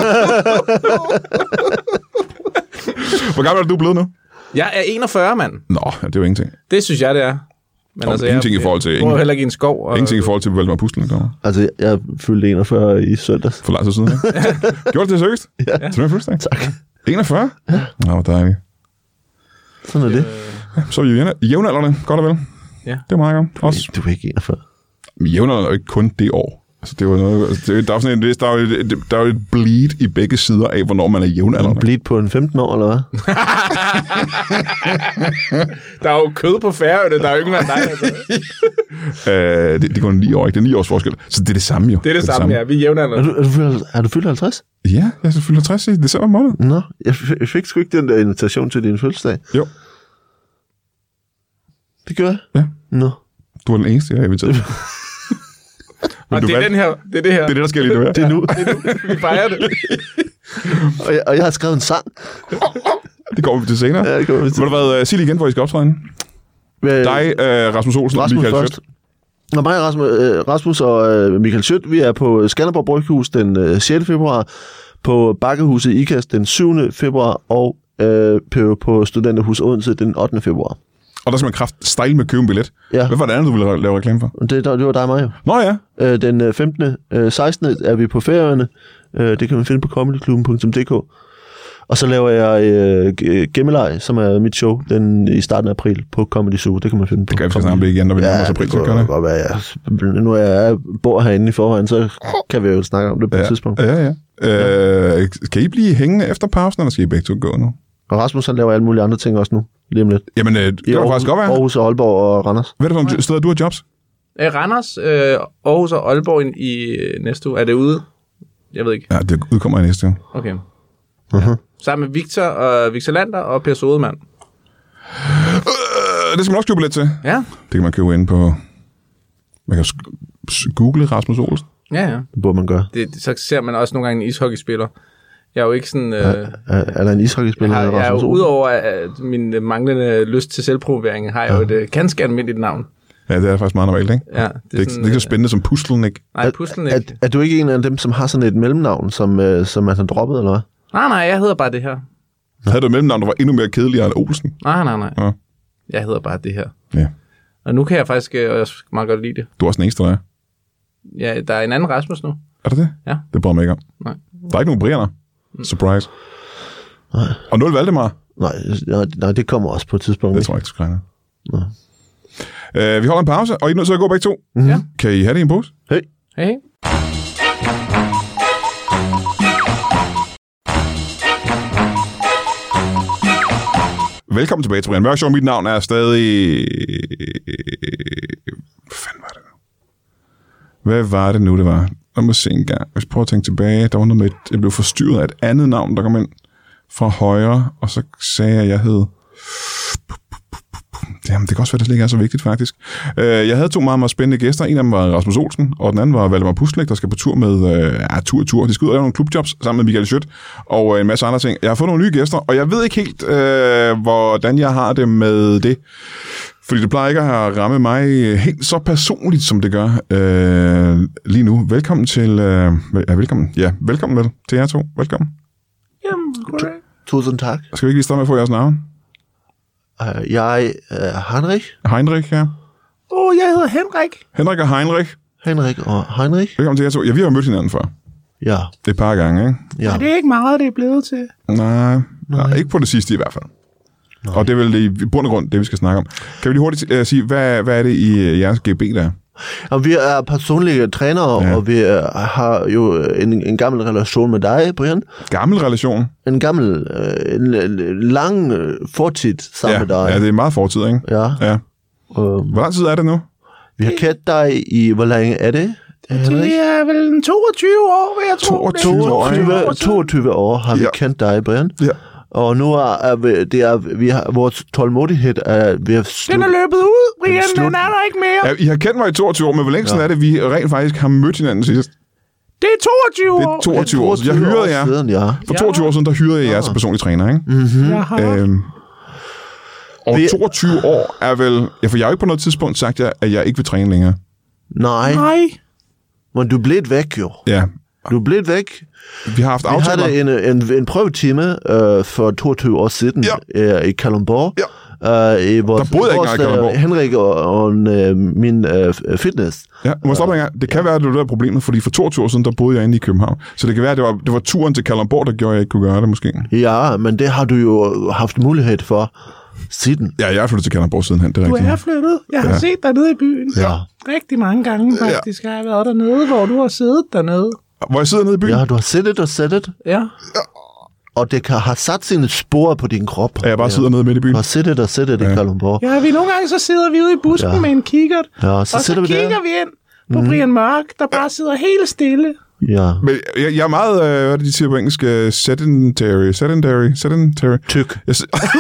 Hvor gammel er du blevet nu? Jeg er enogfyrre, mand. Nå, ja, det er jo ingenting. Det synes jeg, det er. Men Nå, altså, ingenting jeg, i forhold til... Jeg bor heller ikke i en skov. Og... Ingenting i forhold til, hvor Puslen kommer. Altså, jeg fyldte enogfyrre i søndags. For lang tid siden, ikke? Gjorde du det seriøst? Ja. Til min fødselsdag? Tak. enogfyrre? Ja. Nå, hvor dejligt. Sådan er det. Ja, så er vi jævne, jævnaldrende, godt og vel. Ja. Det er meget godt. Du, også. Du er ikke enogfyrre. Jævnaldrende er jo ikke kun det år. Altså, det var noget, altså, det, der, er sådan en, der, er jo et, der er jo et bleed i begge sider af, hvornår man er jævnaldrende. En bleed på en femten år, eller hvad? Der er jo kød på Færøerne, der er jo ikke mere dig. Altså. øh, det, det går ni år, ikke? Det er ni års forskel. Så det er det samme jo. Det er det, det, det samme, ja. Vi er jævnaldrende. Er du, er du, er du fyldt halvtreds? Ja, jeg er så fyldt halvtreds i december måned. Nå, jeg, f- jeg fik sgu ikke den der invitation til din fødselsdag. Jo. Det gør jeg? Ja. Nå. Du er den eneste, jeg har inviteret. Og det er, den her, det er det her. Det er det, der sker lige nu. Det er nu. Det er nu. Vi fejrer det. og, jeg, og jeg har skrevet en sang. Det går vi til senere. Ja, det går vi til. Må du været, sig lige igen, hvor I skal optræde? Hvad, Dig, uh, Rasmus Olsen og Michael Schødt. Når mig, Rasmus, øh, Rasmus og øh, Michael Schødt, vi er på Skanderborg Bryghus den øh, sjette februar, på Bakkehuset i Ikast den syvende februar, og øh, på, på Studenterhus Odense den ottende februar. Og der skal man kraft style med at købe en billet. Ja. Hvad var det andet, du ville lave reklame for? Det, det var dig og mig jo. Nå ja. Øh, den femtende Øh, sekstende er vi på Færøerne. Øh, det kan man finde på comedyklubben punktum d k. Og så laver jeg øh, Gemmelej, som er mit show, den i starten af april på Comedy Zoo. Det kan man finde på. Det kan vi snakke om det igen, når vi nærmer os april. Ja, det kan godt være. Ja. Nu er jeg bor herinde i forvejen, så kan vi jo snakke om det på ja. et tidspunkt. Ja, ja. Øh, skal I blive hængende efter pausen, eller skal I begge to gå nu? Og Rasmus, han laver alle mulige andre ting også nu, lige om lidt. Jamen, øh, det kan Aarhus, faktisk godt være. Aarhus og Aalborg og Randers. Hvad er det for nogle steder, du har jobs? Øh, Randers, øh, Aarhus og Aalborg i næste uge. Er det ude? Jeg ved ikke. Ja, det udkommer i næste uge. Okay. Uh-huh. Ja. Sammen med Victor, og Victor Lander og Per Sodemann. Øh, det skal man også købe billet til. Ja. Det kan man købe inde på... Man kan sk- google Rasmus Olsen. Ja, ja. Det burde man gøre. Det, så ser man også nogle gange en ishockeyspiller. Jeg er jo ikke sådan... Øh, er, er der en ishockeyspiller? Jeg, har, jeg er jo udover at min manglende lyst til selvpromovering, har jeg ja. jo et ganske almindeligt navn. Ja, det er faktisk meget normalt, ikke? Ja, det, er det, er, sådan, det er ikke så spændende som Puslen, ikke? Nej, Puslen ikke. Er, er, er du ikke en af dem, som har sådan et mellemnavn, som, øh, som man har droppet, eller hvad? Nej, nej, jeg hedder bare det her. Havde du et mellemnavn, der var endnu mere kedeligere end Olsen? Nej, nej, nej. Ja. Jeg hedder bare det her. Ja. Og nu kan jeg faktisk øh, også meget godt lide det. Du er også den eneste, der er. Ja, der er en anden Rasmus nu. Er der det? Ja. Det bryder mig ikke om. Nej. Der er ikke nogen Brianer. Surprise. Nej. Og nul Valdemar. Nej, nej, det kommer også på et tidspunkt. Det tror jeg ikke, du skal regne. Uh, vi holder en pause, og I er nødt til at gå begge to. Mm-hmm. Ja. Kan I have det i en pose? Hey. Hey. Velkommen tilbage til Brian Mørk Show. Mit navn er stadig... Hvad fanden var det nu? Hvad var det nu, det var? Lad mig se en gang. Hvis jeg prøver at tænke tilbage, der var noget med, at jeg blev forstyrret af et andet navn, der kom ind fra højre, og så sagde jeg, at jeg hed... Jamen, det kan også være, at det slet ikke er så vigtigt, faktisk. Jeg havde to meget, meget spændende gæster. En af dem var Rasmus Olsen, og den anden var Valdemar Puslæk, der skal på tur med ja, tur og tur. De skal ud og lave nogle klubjobs sammen med Michael Schødt og en masse andre ting. Jeg har fået nogle nye gæster, og jeg ved ikke helt, øh, hvordan jeg har det med det. Fordi det plejer ikke at ramme mig helt så personligt, som det gør øh, lige nu. Velkommen til... Øh, ja, velkommen. Ja, velkommen med til jer to. Velkommen. Jamen, goddag. Tusind tak. Skal vi ikke lige starte med at få jeres navn? Uh, jeg er Henrik. Heinrich, ja. Åh, oh, jeg hedder Henrik. Henrik og Heinrich. Henrik og Heinrich. Velkommen til jer to. Ja, vi har jo mødt hinanden før. Ja. Et par gange, ikke? Ja. Ja, det er ikke meget, det er blevet til. Nej, nej, ikke på det sidste i hvert fald. Nej. Og det er vel i bund og grund det, vi skal snakke om. Kan vi lige hurtigt uh, sige, hvad, hvad er det i jeres G B, der er? Og vi er personlige trænere, ja. Og vi uh, har jo en, en gammel relation med dig, Brian. Gammel relation? En gammel, uh, en, en lang uh, fortid sammen ja. med dig. Ja, det er meget fortid, ikke? Ja. ja. Uh, Hvor lang tid er det nu? Vi har kendt dig i, hvor længe er det? Det er vel toogtyve år, vil jeg tro. toogtyve år, toogtyve, toogtyve år har vi ja. kendt dig, Brian. Ja. Og nu er, er vi, det er, vi har, vores tålmodighed er ved at slut. Den er løbet ud, Brian, den, den er der ikke mere. Ja, I har kendt mig i toogtyve år, men hvor længe ja. er det, vi rent faktisk har mødt hinanden sidst? Det er toogtyve år. Det er toogtyve år. Jeg hyrede jer. Siden, ja. For toogtyve år siden, der hyrede jeg jer som personlig træner, ikke? Mm-hmm. Øhm, og vi... toogtyve år er vel... Ja, for jeg har jo ikke på noget tidspunkt sagt, at jeg ikke vil træne længere. Nej. Nej. Men du er blevet væk, jo. Ja. Du er blevet væk. Vi har haft aftaler. Vi havde en, en, en prøvetime uh, for toogtyve år siden ja. uh, i Kalundborg. Ja. Uh, i vores, der boede jeg ikke engang i Kalundborg. Henrik og, og uh, min uh, fitness. Ja, må jeg stoppe en gang. Det kan ja. være, at det var der problemet, fordi for toogtyve år siden, der boede jeg inde i København. Så det kan være, at det var, det var turen til Kalundborg, der gjorde, at jeg ikke kunne gøre det, måske. Ja, men det har du jo haft mulighed for siden. Ja, jeg er flyttet til Kalundborg sidenhen, det er du rigtigt. Du er flyttet. Jeg har ja. set dig nede i byen. Ja. Rigtig mange gange, faktisk, ja. har jeg været dernede, hvor du har siddet dernede. Hvor jeg sidder nede i byen? Ja, du har siddet og siddet. Ja. ja. Og det kan have sat sine spor på din krop. Ja, jeg bare sidder ja. nede midt i byen. Du har siddet og siddet ja. i Kalundborg. Ja, vi nogle gange så sidder vi ude i busken ja. med en kikkert. Ja, så og så, så vi kigger der. vi ind på mm. Brian Mørk, der bare sidder helt stille. Ja. Men jeg, jeg er meget, øh, hvad er det, de siger på engelsk? Uh, sedentary. Sedentary. Sedentary. Tyk. Jeg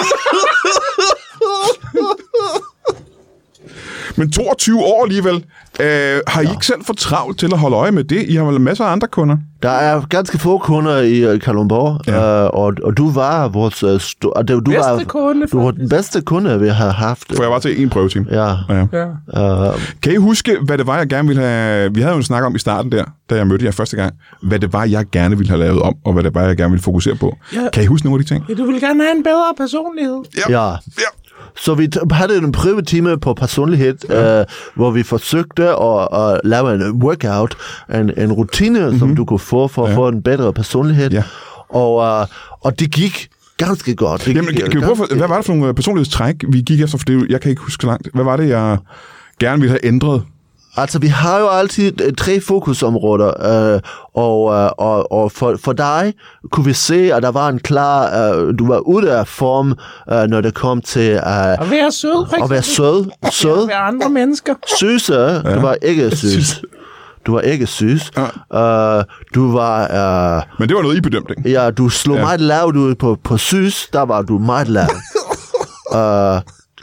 Men toogtyve år alligevel. Øh, har I ja. ikke selv for travlt til at holde øje med det? I har vel masser af andre kunder? Der er ganske få kunder i Kalundborg, ja. øh, og, og du var vores uh, sto- du, du var, kunde, du var den bedste kunde, vi har haft. For jeg var til en prøvetime. Ja. ja. ja. Uh, kan I huske, hvad det var, jeg gerne ville have... Vi havde jo en snak om i starten der, da jeg mødte jer første gang, hvad det var, jeg gerne ville have lavet om, og hvad det var, jeg gerne ville fokusere på. Ja. Kan I huske nogle af de ting? Ja, du ville gerne have en bedre personlighed. Ja. ja. ja. Så vi havde en prøvetime på personlighed, ja. øh, hvor vi forsøgte at, at lave en workout, en, en rutine, mm-hmm. som du kunne få for ja. at få en bedre personlighed. Ja. Og, uh, og det gik ganske godt. Det Jamen, gik, kan vi prøve for, hvad var det for nogle personlighedstræk, vi gik efter? For det, jeg kan ikke huske så langt. Hvad var det, jeg gerne ville have ændret? Altså, vi har jo altid tre fokusområder, øh, og, øh, og, og for, for dig kunne vi se, at der var en klar, øh, du var ude af form, øh, når det kom til øh, at være sød, for at være sød, sød, at være andre mennesker. Syse, ja. Du var ikke syg. Du var ikke syg. Ja. Uh, du var... Uh, Men det var noget, I bedømte, ikke? Ja, du slog ja. meget lavt ud på, på syg, der var du meget lav. uh,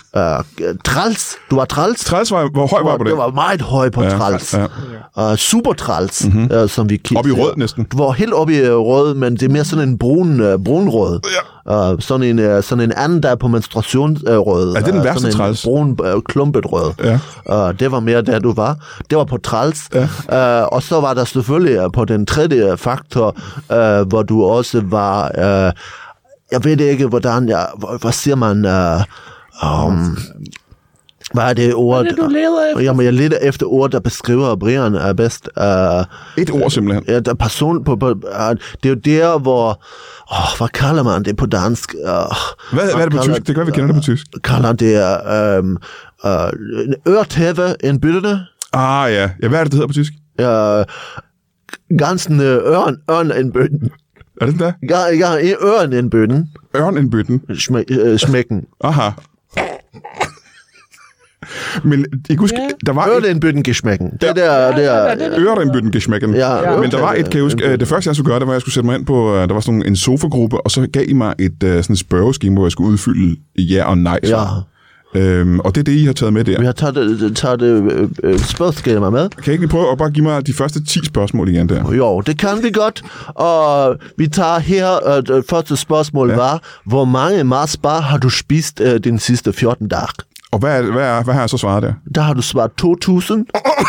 Uh, træls. Du var træls. Træls var, hvor høj var på det? Det var meget høj på ja, træls. Ja. Uh, super træls, mm-hmm. uh, som vi kiggede. Op i rød næsten. Du var helt oppe i rød, men det er mere sådan en brun, uh, brunrød. Ja. Uh, sådan, en, uh, sådan en anden, der er på menstruationsrød. Er det den værste uh, træls? Sådan en brun, uh, klumpet rød. Ja. Uh, det var mere der, du var. Det var på træls. Ja. Uh, og så var der selvfølgelig uh, på den tredje faktor, uh, hvor du også var... Uh, jeg ved ikke, hvordan jeg... Hvad siger man... Uh, um, Hvad er det ord? Hvad er det, du leder efter? Jamen, jeg leder efter ord, der beskriver Brian er bedst. Uh, Et ord simpelthen? Ja, der person på... på uh, det er jo der, hvor... Oh, hvad kalder man det på dansk? Uh, hvad, hvad er det på tysk? Det kan være, vi kender det på tysk. Kalder det um, uh, en ørtæve indbyttende? Ah ja. ja, hvad er det, det hedder på tysk? Uh, ganske ørn, ørn indbytten. Er det den der? Ja, ja, ørn indbytten. Ørn indbytten? Smæ- uh, smækken. Aha. Men jeg kan huske, ja. der var... Ørenbøtten geschmecken. Det der... Det er Ørenbøtten geschmecken. Ja, men der var et, kan jeg huske, det første jeg skulle gøre, det var, at jeg skulle sætte mig ind på, der var sådan en sofagruppe, og så gav I mig et sådan et spørgeskema, hvor jeg skulle udfylde ja og nej. Ja. Øhm, og det er det, I har taget med der. Vi har taget det, taget det øh, spørgeskema med. Kan I ikke prøve at bare give mig de første ti spørgsmål igen der? Jo, det kan vi godt. Og vi tager her, øh, det første spørgsmål ja. var, hvor mange Mars bar har du spist øh, den sidste fjorten dage? Og hvad, er, hvad, er, hvad har jeg så svaret der? Der har du svaret to tusind.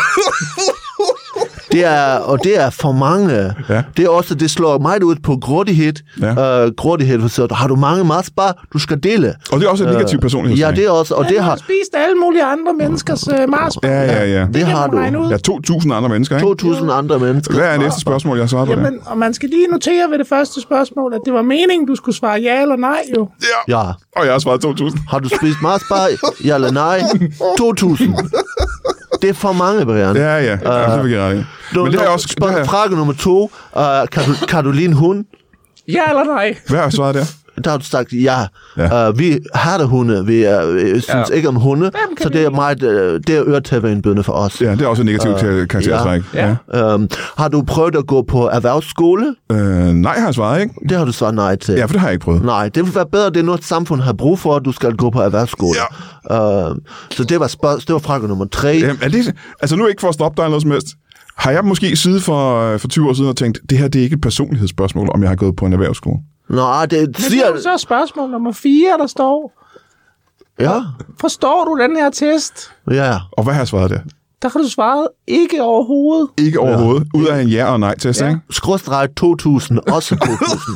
Det er, og det er for mange. Ja. Det er også, det slår meget ud på grådighed. Ja. Uh, grådighed, så har du mange Marsbar, du skal dele. Og det er også et negativt personlighed. Ja, det er også, og ja, det har... Du har spist alle mulige andre menneskers uh, Marsbar. Ja, ja, ja. Det, det har du. Ja, to tusind andre mennesker, ikke? to tusind andre mennesker. Hvad er næste spørgsmål, jeg svarer på Jamen, det? og man skal lige notere ved det første spørgsmål, at det var meningen, du skulle svare ja eller nej, jo. Ja. Ja. Og jeg har svaret to tusind. Har du spist Marsbar? Ja eller nej? to tusind. Det er for mange, Brian. Ja, ja. ja det vil jeg ret i. Du, Men det har jeg også... Spørg, her... Frage nummer to. Uh, kan, du, kan du lide en hund? Ja eller nej? Hvad har jeg svaret der? Der har du sagt ja. ja. Uh, vi hader hunde. Vi uh, synes ja. ikke om hunde. Så det er meget... Uh, det er øretæveindbydende for os. Ja, det er også en negativ uh, karaktertræk. Ja. Ja. Um, har du prøvet at gå på erhvervsskole? Uh, nej, har jeg svaret, ikke? Det har du svaret nej til. Ja, for det har jeg ikke prøvet. Nej, det vil være bedre. Det er noget, samfundet har brug for, at du skal gå på erhvervsskole. Ja. Uh, så det var, spørg- det var frage nummer tre. Jamen, er det, altså nu ikke for at stoppe dig eller noget som helst. Har jeg måske siddet for, for tyve år siden og tænkt, det her det er ikke et personlighedsspørgsmål, om jeg har gået på en erhvervsskole? Nå, det Men siger... det er jo så spørgsmål nummer fire, der står. Ja. Forstår du den her test? Ja. Og hvad har jeg svaret der? Der har du svaret ikke overhovedet. Ikke overhovedet. Ja. Ud af en ja- og nej-test, ja. ikke? Skråstreg to tusind, også to tusind.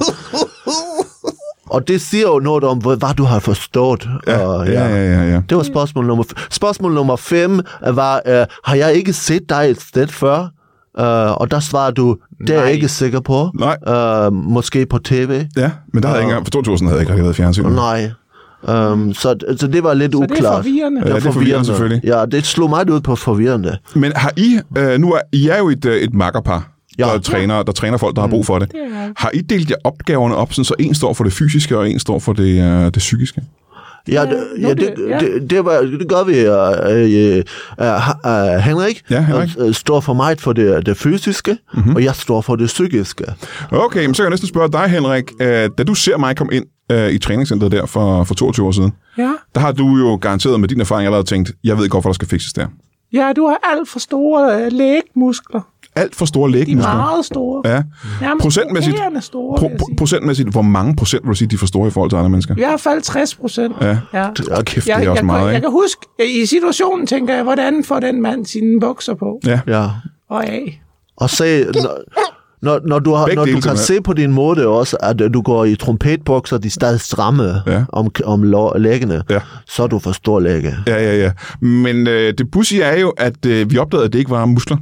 Og det siger jo noget om, hvad du har forstået. Ja, og, ja, ja, ja, ja. Det var spørgsmål nummer fem. Spørgsmål nummer fem var, uh, har jeg ikke set dig et sted før? Uh, og der svarer du, det er Nej. jeg ikke sikker på. Nej. Uh, måske på tv. Ja, men der havde jeg ikke engang, for to tusind havde jeg ikke rigtig været fjernsyn. Nej. Um, så, så det var lidt så uklart. det er forvirrende. Ja, det er forvirrende selvfølgelig. Ja, det slog meget ud på forvirrende. Men har I, øh, nu er I er jo et, øh, et makkerpar, Ja. der, træner, der træner folk, der har brug for det. Det er- Har I delt jer opgaverne op, sådan, så en står for det fysiske, og en står for det, øh, det psykiske? Ja, det, nu ja, er det, det- ja. det, det, var, det gør vi. Uh, uh, uh, Henrik, Ja, Henrik. uh, står for mig for det, det fysiske, mm-hmm. og jeg står for det psykiske. Okay, men så kan jeg næsten spørge dig, Henrik. Øh, da du ser mig komme ind øh, i træningscenteret der for, for toogtyve år siden, Ja. der har du jo garanteret med din erfaring allerede tænkt, jeg ved godt, hvad der skal fikses der. Ja, du har alt for store øh, lægmuskler. Alt for store De er lægmuskler. meget store. Ja. Nærmest Procentmæssigt, provokerende store, pro, vil jeg pro, sige. procentmæssigt, hvor mange procent vil du sige, de er for store i forhold til andre mennesker? I hvert fald tres procent. Ja. ja. Og kæft, det Jeg, er også jeg, meget, jeg, jeg ikke? kan huske, i situationen tænker jeg, hvordan får den mand sine bukser på Ja. Ja. og af? Og se, når, når, når du, har, Begge når du dele, kan simpelthen. se på din måde også, at du går i trompetbukser, de er stadig stramme Ja. om, om lå- læggene, Ja. så er du for stor lægge. Ja, ja, ja. Men øh, det pudsige er jo, at øh, vi opdagede, at det ikke var muskler.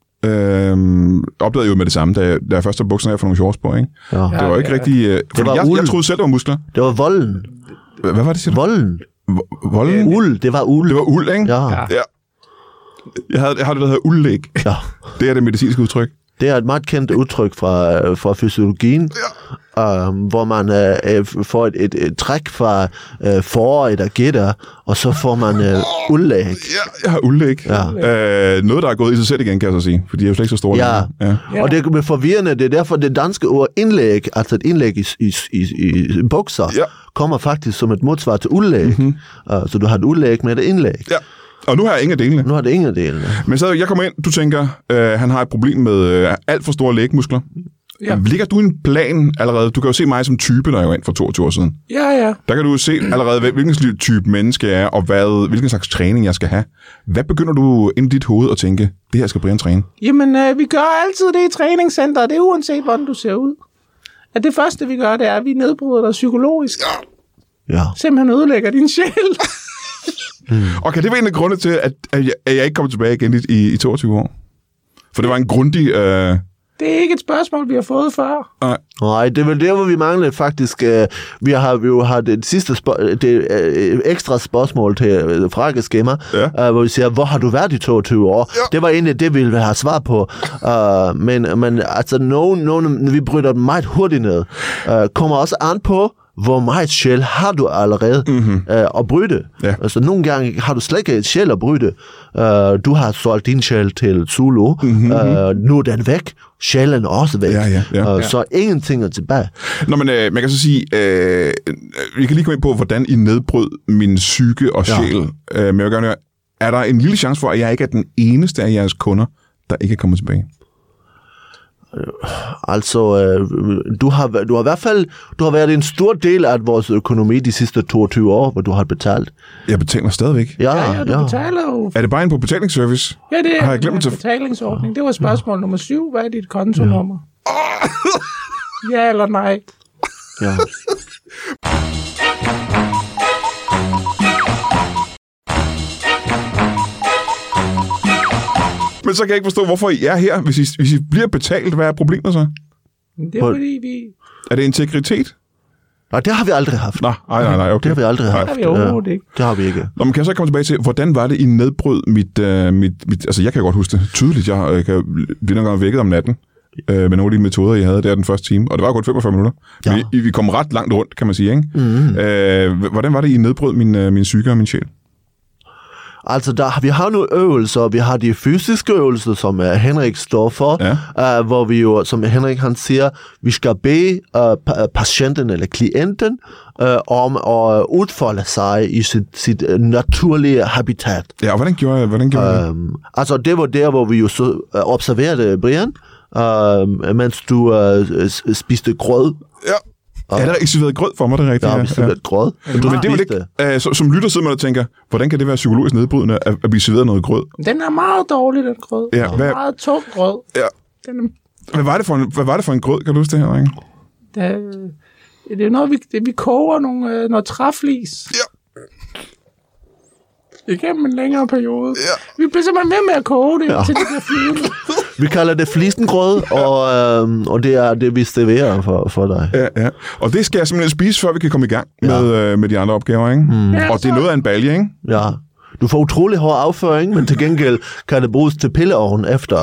Øhm, opdagede jo med det samme, da jeg, da jeg først tog bukserne af for nogle shorts på, ikke? Ja. Det var jo ikke ja. rigtig... Øh, fordi var jeg, uld. jeg troede selv, det var muskler. Det var volden. Hvad var det, siger du? Volden. Vo- Volden? Uld, det var uld. Det var uld, ikke? Ja. ja. Jeg, havde, jeg har det, der hedder uldlæg. Ja. Det er det medicinske udtryk. Det er et meget kendt udtryk fra, fra fysiologien. Uh, hvor man uh, får et, et, et træk fra uh, foråret, der gitter, og så får man uh, uldlæg. Ja, jeg har uldlæg. Ja. Uh, noget, der er gået i sig selv igen, kan jeg så sige, for de er jo slet ikke så store. Ja. Ja. Ja, og det er forvirrende. Det er derfor, det danske ord indlæg, altså et indlæg i, i, i, i bukser, ja. kommer faktisk som et modsvar til uldlæg. Mm-hmm. Uh, så du har et uldlæg med et indlæg. Ja. Og nu har jeg ingen af delene. Nu har det ingen af delene. Men så jeg kommer ind, du tænker, øh, han har et problem med øh, alt for store lægmuskler. Ja. Ligger du en plan allerede? Du kan jo se mig som type, når jeg var ind for toogtyve år siden. Ja, ja. Der kan du jo se allerede, hvilken type menneske jeg er, og hvad, hvilken slags træning jeg skal have. Hvad begynder du ind i dit hoved at tænke, det her skal Brian træne? Jamen, øh, vi gør altid det i træningscenter, det er uanset, hvordan du ser ud. At det første, vi gør, det er, at vi nedbryder dig psykologisk. Ja. Simpelthen ødelægger din sjæl. Mm. Og kan det være en af grunde til, at, at, jeg, at jeg ikke kommer tilbage igen i, i toogtyve år? For det var en grundig... Øh... Det er ikke et spørgsmål, vi har fået før. Nej, Nej det er vel der, hvor vi mangler faktisk... Øh, vi har vi jo har det sidste spørg- det, øh, ekstra spørgsmål til øh, frakkeskema, ja. øh, hvor vi siger, hvor har du været i toogtyve år? Ja. Det var egentlig det, vi ville have svar på. Uh, men, men altså, nogen, nogen, vi bryder dem meget hurtigt ned. Uh, kommer også an på, hvor meget sjæl har du allerede mm-hmm. øh, at bryde. Ja. Altså, nogle gange har du slet ikke et sjæl at bryde. Uh, du har solgt din sjæl til Zulu. Mm-hmm. Uh, nu er den væk. Sjælen er også væk. Ja, ja, ja. Uh, ja. Så ingenting er tilbage. Nå, men øh, man kan så sige, øh, vi kan lige komme ind på, hvordan I nedbrød min psyke og sjæl. Ja. Øh, men jeg vil gerne høre, er der en lille chance for, at jeg ikke er den eneste af jeres kunder, der ikke er kommet tilbage? Altså, øh, du har du har i hvert fald du har været en stor del af vores økonomi de sidste toogtyve år, hvor du har betalt. Jeg betaler stadigvæk. Ja, ja, ja du ja. betaler jo. Er det bare en på betalingsservice? Ja, det er, har jeg glemt en til... betalingsordning. Det var spørgsmål ja. nummer syv. Hvad er dit kontonummer? Ja, ja eller nej? Ja. Men så kan jeg ikke forstå, hvorfor I er her. Hvis I, hvis I bliver betalt, hvad er problemet så? Det er fordi vi... Er det integritet? Nej, det har vi aldrig haft. Nej, nej, nej, okay. Det har vi aldrig haft. Det har vi overhovedet ikke. Det har vi ikke. Nå, men kan jeg så komme tilbage til, hvordan var det, I nedbrød mit... Uh, mit, mit altså, jeg kan godt huske det tydeligt. Jeg, jeg kan blive nogle gange vækket om natten uh, med nogle af de metoder, I havde der den første time. Og det var kun femogfyrre minutter. Ja. Men I, vi kom ret langt rundt, kan man sige, ikke? Mm-hmm. Uh, hvordan var det, I nedbrød min, uh, min psyke og min sjæl? Altså, der, vi har nogle øvelser. Vi har de fysiske øvelser, som uh, Henrik står for, ja. uh, hvor vi jo, som Henrik han siger, vi skal bede uh, patienten eller klienten uh, om at udfolde sig i sit, sit uh, naturlige habitat. Ja, og hvordan gjorde jeg hvordan gjorde um, det? Altså, det var der, hvor vi jo så uh, observerede Brian, uh, mens du uh, spiste grød. Ja. Ja, der er serveret grød for mig, det er rigtigt. Ja, vi serveret ja. grød. Men det er ikke, uh, så, som lytter sidder man og tænker, hvordan kan det være psykologisk nedbrydende, at, at blive serveret noget grød? Den er meget dårlig, den grød. Ja, hvad, meget tung grød. Ja. Den er... hvad, var det for en, hvad var det for en grød, kan du huske det her, Inge? Det, det er noget, vi, det, vi koger nogle, øh, noget træflis. Ja. Igennem en længere periode. Ja. Vi bliver simpelthen ved med at koge det, ja. til det bliver flydende. Vi kalder det flisengrød, og, øhm, og det er det, vi serverer for, for dig. Ja, ja. Og det skal jeg simpelthen spise, før vi kan komme i gang ja. med, øh, med de andre opgaver, ikke? Mm. Ja, og det er noget af en balje, ikke? Ja. Du får utrolig hård afføring, men til gengæld kan det bruges til pilleovnen efter.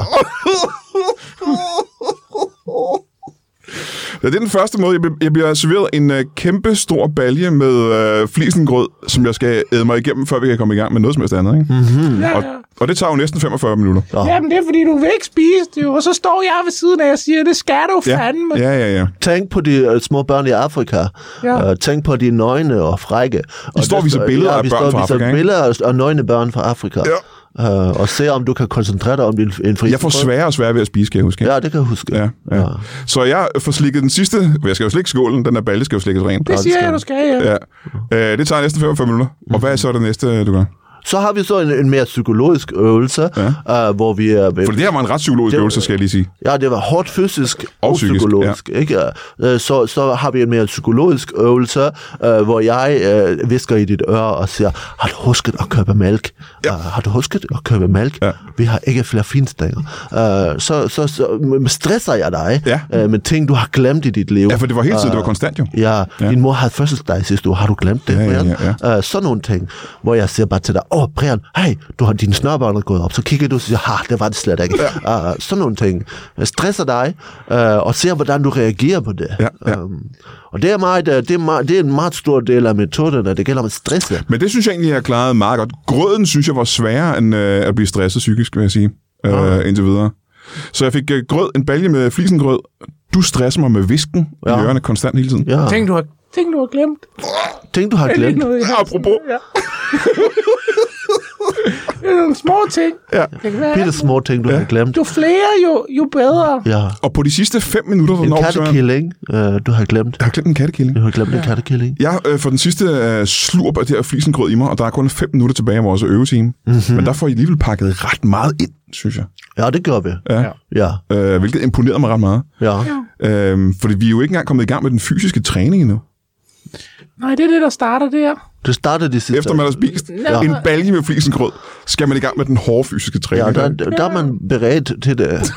Ja, det er den første måde. Jeg bliver, jeg bliver serveret en uh, kæmpe stor balje med uh, flisengrød, som jeg skal æde mig igennem, før vi kan komme i gang med noget som helst andet. Ikke? Mm-hmm. Ja, ja. Og, og det tager jo næsten femogfyrre minutter. Ja. Jamen, det er fordi, du vil ikke spise det jo. Og så står jeg ved siden af og siger, det skal du ja. fandme. Ja, ja, ja. Tænk på de uh, små børn i Afrika. Ja. Uh, tænk på de nøgne og frække. Vi står og viser billeder ja, af børn fra Afrika. Vi står billeder af nøgne børn fra Afrika. Ja. Uh, og se, om du kan koncentrere dig om din en fri. Jeg får sværere og sværere ved at spise, kan jeg huske. Ja, det kan jeg huske. Ja, ja. Ja. Så jeg får slikket den sidste, jeg skal jo slikke skålen, den der balle skal jo slikkes rent. Det siger jeg, du skal, ja. ja. Uh, det tager næsten femogfyrre minutter. Og hvad er så det næste, du gør? Så har vi så en, en mere psykologisk øvelse, ja. uh, hvor vi... Uh, For det her var en ret psykologisk det, øvelse, skal jeg lige sige. Ja, det var hårdt fysisk og, og psykisk, psykologisk. Ja. Ikke? Uh, så, så har vi en mere psykologisk øvelse, uh, hvor jeg uh, visker i dit øre og siger, har du husket at købe mælk? Ja. Uh, har du husket at købe mælk? Ja. Vi har ikke flere finstænger. Uh, så, så, så stresser jeg dig ja. uh, med ting, du har glemt i dit liv. Ja, for det var hele tiden, uh, det var konstant jo. Ja, ja, din mor havde fødselsdag sidste uge. Har du glemt det? Ja, ja, ja, ja. Uh, sådan nogle ting, hvor jeg siger bare til dig, åh, åh, Brian, hey, du har dine snørbånd er gået op. Så kigger du og siger, ha, det var det slet ikke. Ja. Uh, sådan nogle ting. Stresser dig, uh, og ser, hvordan du reagerer på det. Ja, ja. Um, og det er, meget, det, er meget, det er en meget stor del af metoden, at det gælder om at stresse. Men det synes jeg egentlig, jeg har klaret meget godt. Grøden synes jeg var sværere end øh, at blive stresset psykisk, vil jeg sige, øh, Ja. indtil videre. Så jeg fik øh, grød, en balje med flisengrød. Du stresser mig med visken ja. i ørerne konstant hele tiden. Ja. Tænk, du har, tænk, du har glemt. Tænk, du har Det er lige glemt. noget i halsen. Apropos. Ja. Det er nogle små ting. Ja. Det kan være, Bitte små ting, du Ja. har glemt. jo flere, jo, jo bedre. Ja. Og på de sidste fem minutter, der En når vi så- kattekilling, uh, du har glemt. Jeg har glemt en kattekilling. Du har glemt en kattekilling. Jeg har øh, for den sidste øh, slurp af det her flisengrød i mig, og der er kun fem minutter tilbage af vores øvetime. Mm-hmm. Men der får I alligevel pakket ret meget ind, synes jeg. Ja, det gør vi. Ja. Ja. Øh, hvilket imponerede mig ret meget. Ja. Øh, fordi vi er jo ikke engang kommet i gang med den fysiske træning endnu. Nej, det er det, der starter der. Det startede de sidste. Efter man har spist Ja. en balje med flisengrød, skal man i gang med den hårde fysiske træning. Ja, der, der er man beredt til det.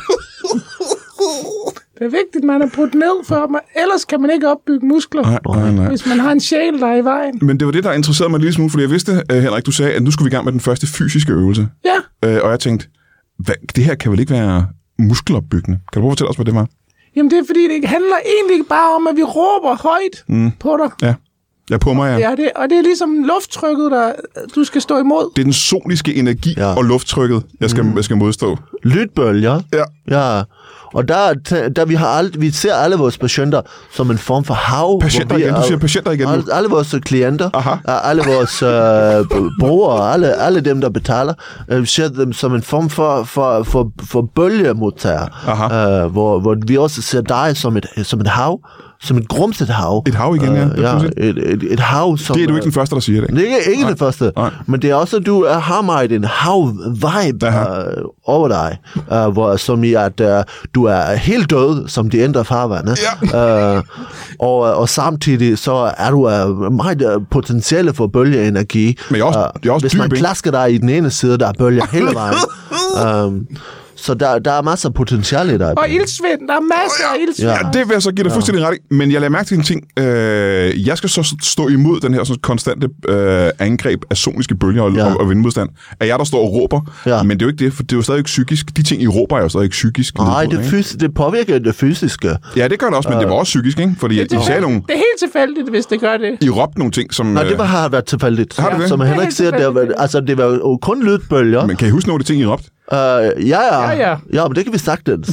Det er vigtigt, man er brudt ned for mig. Ellers kan man ikke opbygge muskler, Nej, nej, nej. hvis man har en sjæl, der er i vejen. Men det var det, der interesserede mig en lille smule, fordi jeg vidste, uh, Henrik, du sagde, at nu skulle vi i gang med den første fysiske øvelse. Ja, Uh, og jeg tænkte, hvad, det her kan vel ikke være muskelopbyggende? Kan du prøve at fortælle os, hvad det var? jamen det er fordi, det handler egentlig ikke bare om, at vi råber højt mm. på dig. Ja, jeg på mig, ja. Ja, det, og det er ligesom lufttrykket, der du skal stå imod. Det er den soniske energi Ja. ja. og lufttrykket, jeg skal, mm. jeg skal modstå. Lydbølger. Ja. Ja. Og der, der vi, har alt, vi ser alle vores patienter som en form for hav. Patienter hvor vi igen, du er- siger patienter igen nu. Alle, alle vores klienter, Aha. uh, alle vores uh, brugere, alle, alle dem, der betaler, uh, vi ser dem som en form for, for, for, for bølgemodtager, uh, hvor, hvor vi også ser dig som et, som et hav, som et grumset hav. Et hav igen, ja. Det er ja, pudsigt. et, et, et hav, som... Det er du ikke den første, der siger det. Det er ikke, ikke Nej. det første, Nej. men det er også, at du er, har meget en hav-vibe uh, over dig, uh, hvor, som i at uh, du er helt død, som de indre farvande, Ja. uh, og, og samtidig så er du uh, meget uh, potentielle for bølgeenergi. Men jeg er også- Uh, jeg er også hvis dyb, man ikke? klasker dig i den ene side, der er bølger hele vejen. um, så der, der er masser af potentiale i dig. Og ildsvind, der er masser af ildsvind. Ja. Ja, det vil jeg så give dig fuldstændig ret i. Men jeg lader mærke til en ting. Øh, jeg skal så stå imod den her sådan, konstante øh, angreb af soniske bølger og, Ja. og, og vindmodstand. Er jeg, der står og råber. Ja. Men det er jo ikke det, for det er jo stadig ikke psykisk. De ting, I råber, er jo stadig ikke psykisk. Nej, det, nedbrydende, fys- det påvirker det fysiske. ikke? Ja, det gør det også, men det var også psykisk, ikke? Fordi Det, I er sagde nogle... det er helt tilfældigt, hvis det gør det. I råbte nogle ting, som... Nej, det var, øh, har været tilfældigt. Har det det? Som Det er Henrik helt siger, det var, tilfældigt. altså, det var jo kun lydbølger. Men kan I huske nogle af de ting, I råbte? Uh, ja, ja. Ja, ja. Ja, men det kan vi sagtens.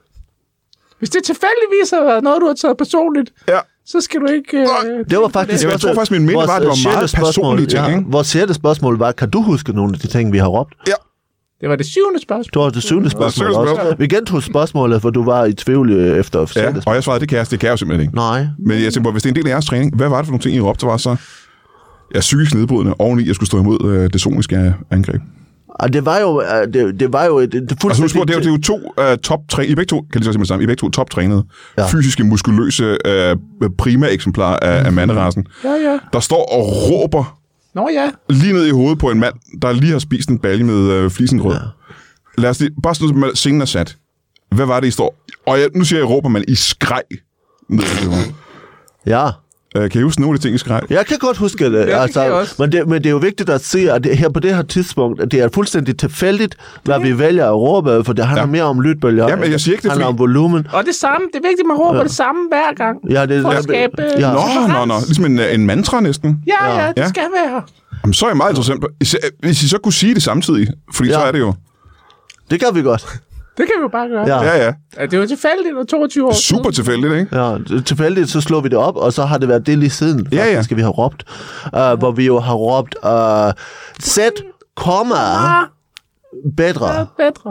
Hvis det tilfældigvis har været noget, du har taget personligt, Ja. så skal du ikke... Øh, Det var faktisk... Jeg tror faktisk, min mening vores, var, at det var øh, meget sjette personlige ting, ja, ikke? Vores sjette spørgsmål var, kan du huske nogle af de ting, vi har råbt? Ja. Det var det syvende spørgsmål. Det var det syvende spørgsmål syvende også. spørgsmål. Vi gentog spørgsmålet, for du var i tvivl øh, efter Ja, sjette og jeg svarede, det kan jeg, det kan jeg jo simpelthen ikke. Nej. Men jeg tænkte på, hvis det er en del af jeres træning, hvad var det for nogle ting, I råbte, der var så ja, psykisk nedbrydende, oveni, at jeg skulle stå imod øh, det soniske angreb? Og det var jo, øh, det, det var jo et, et Altså, fuldstændig... husk på, det er jo, det er jo to uh, top tre, I begge to, kan lige så sige med sammen, I begge to toptrænede, Ja. ja. fysiske, muskuløse, uh, prima eksemplarer af, af manderassen, Ja, ja. der står og råber Nå ja. lige ned i hovedet på en mand, der lige har spist en balje med uh, flisengrød. Ja. Lad os lige, bare sådan noget, som scenen er sat. Hvad var det, I står? Og jeg, nu siger jeg, I råber, men I skreg ned i hovedet. Ja. Uh, kan I huske nogle af de ting, I skreg? Jeg kan godt huske det, kan jeg altså, også. men, det men det er jo vigtigt at se, at det, her på det her tidspunkt, at det er fuldstændig tilfældigt, hvad vi vælger at råbe, for det handler Ja. mere om lydbølger. Ja, men jeg siger ikke det, handler fordi- om volumen. Og det samme, det er vigtigt, at man råber ja. det samme hver gang. Ja, det, For at det- skabe... ja. Nå, nå, nå. Ligesom en, en mantra næsten. Ja, ja, det Ja. skal være. Jamen, så er jeg meget interessant. på- Hvis hvis I så kunne sige det samtidig, fordi ja. så Ja. er det jo... Det kan vi godt. Det kan vi jo bare gøre. Ja. Ja, ja. Ja, det var tilfældigt, og toogtyve år Super tilfældigt, ikke? Ja, tilfældigt så slår vi det op, og så har det været det lige siden, faktisk, Ja, ja. skal vi have råbt. Uh, hvor vi jo har råbt, uh, sæt komma Ah, bedre, det er bedre.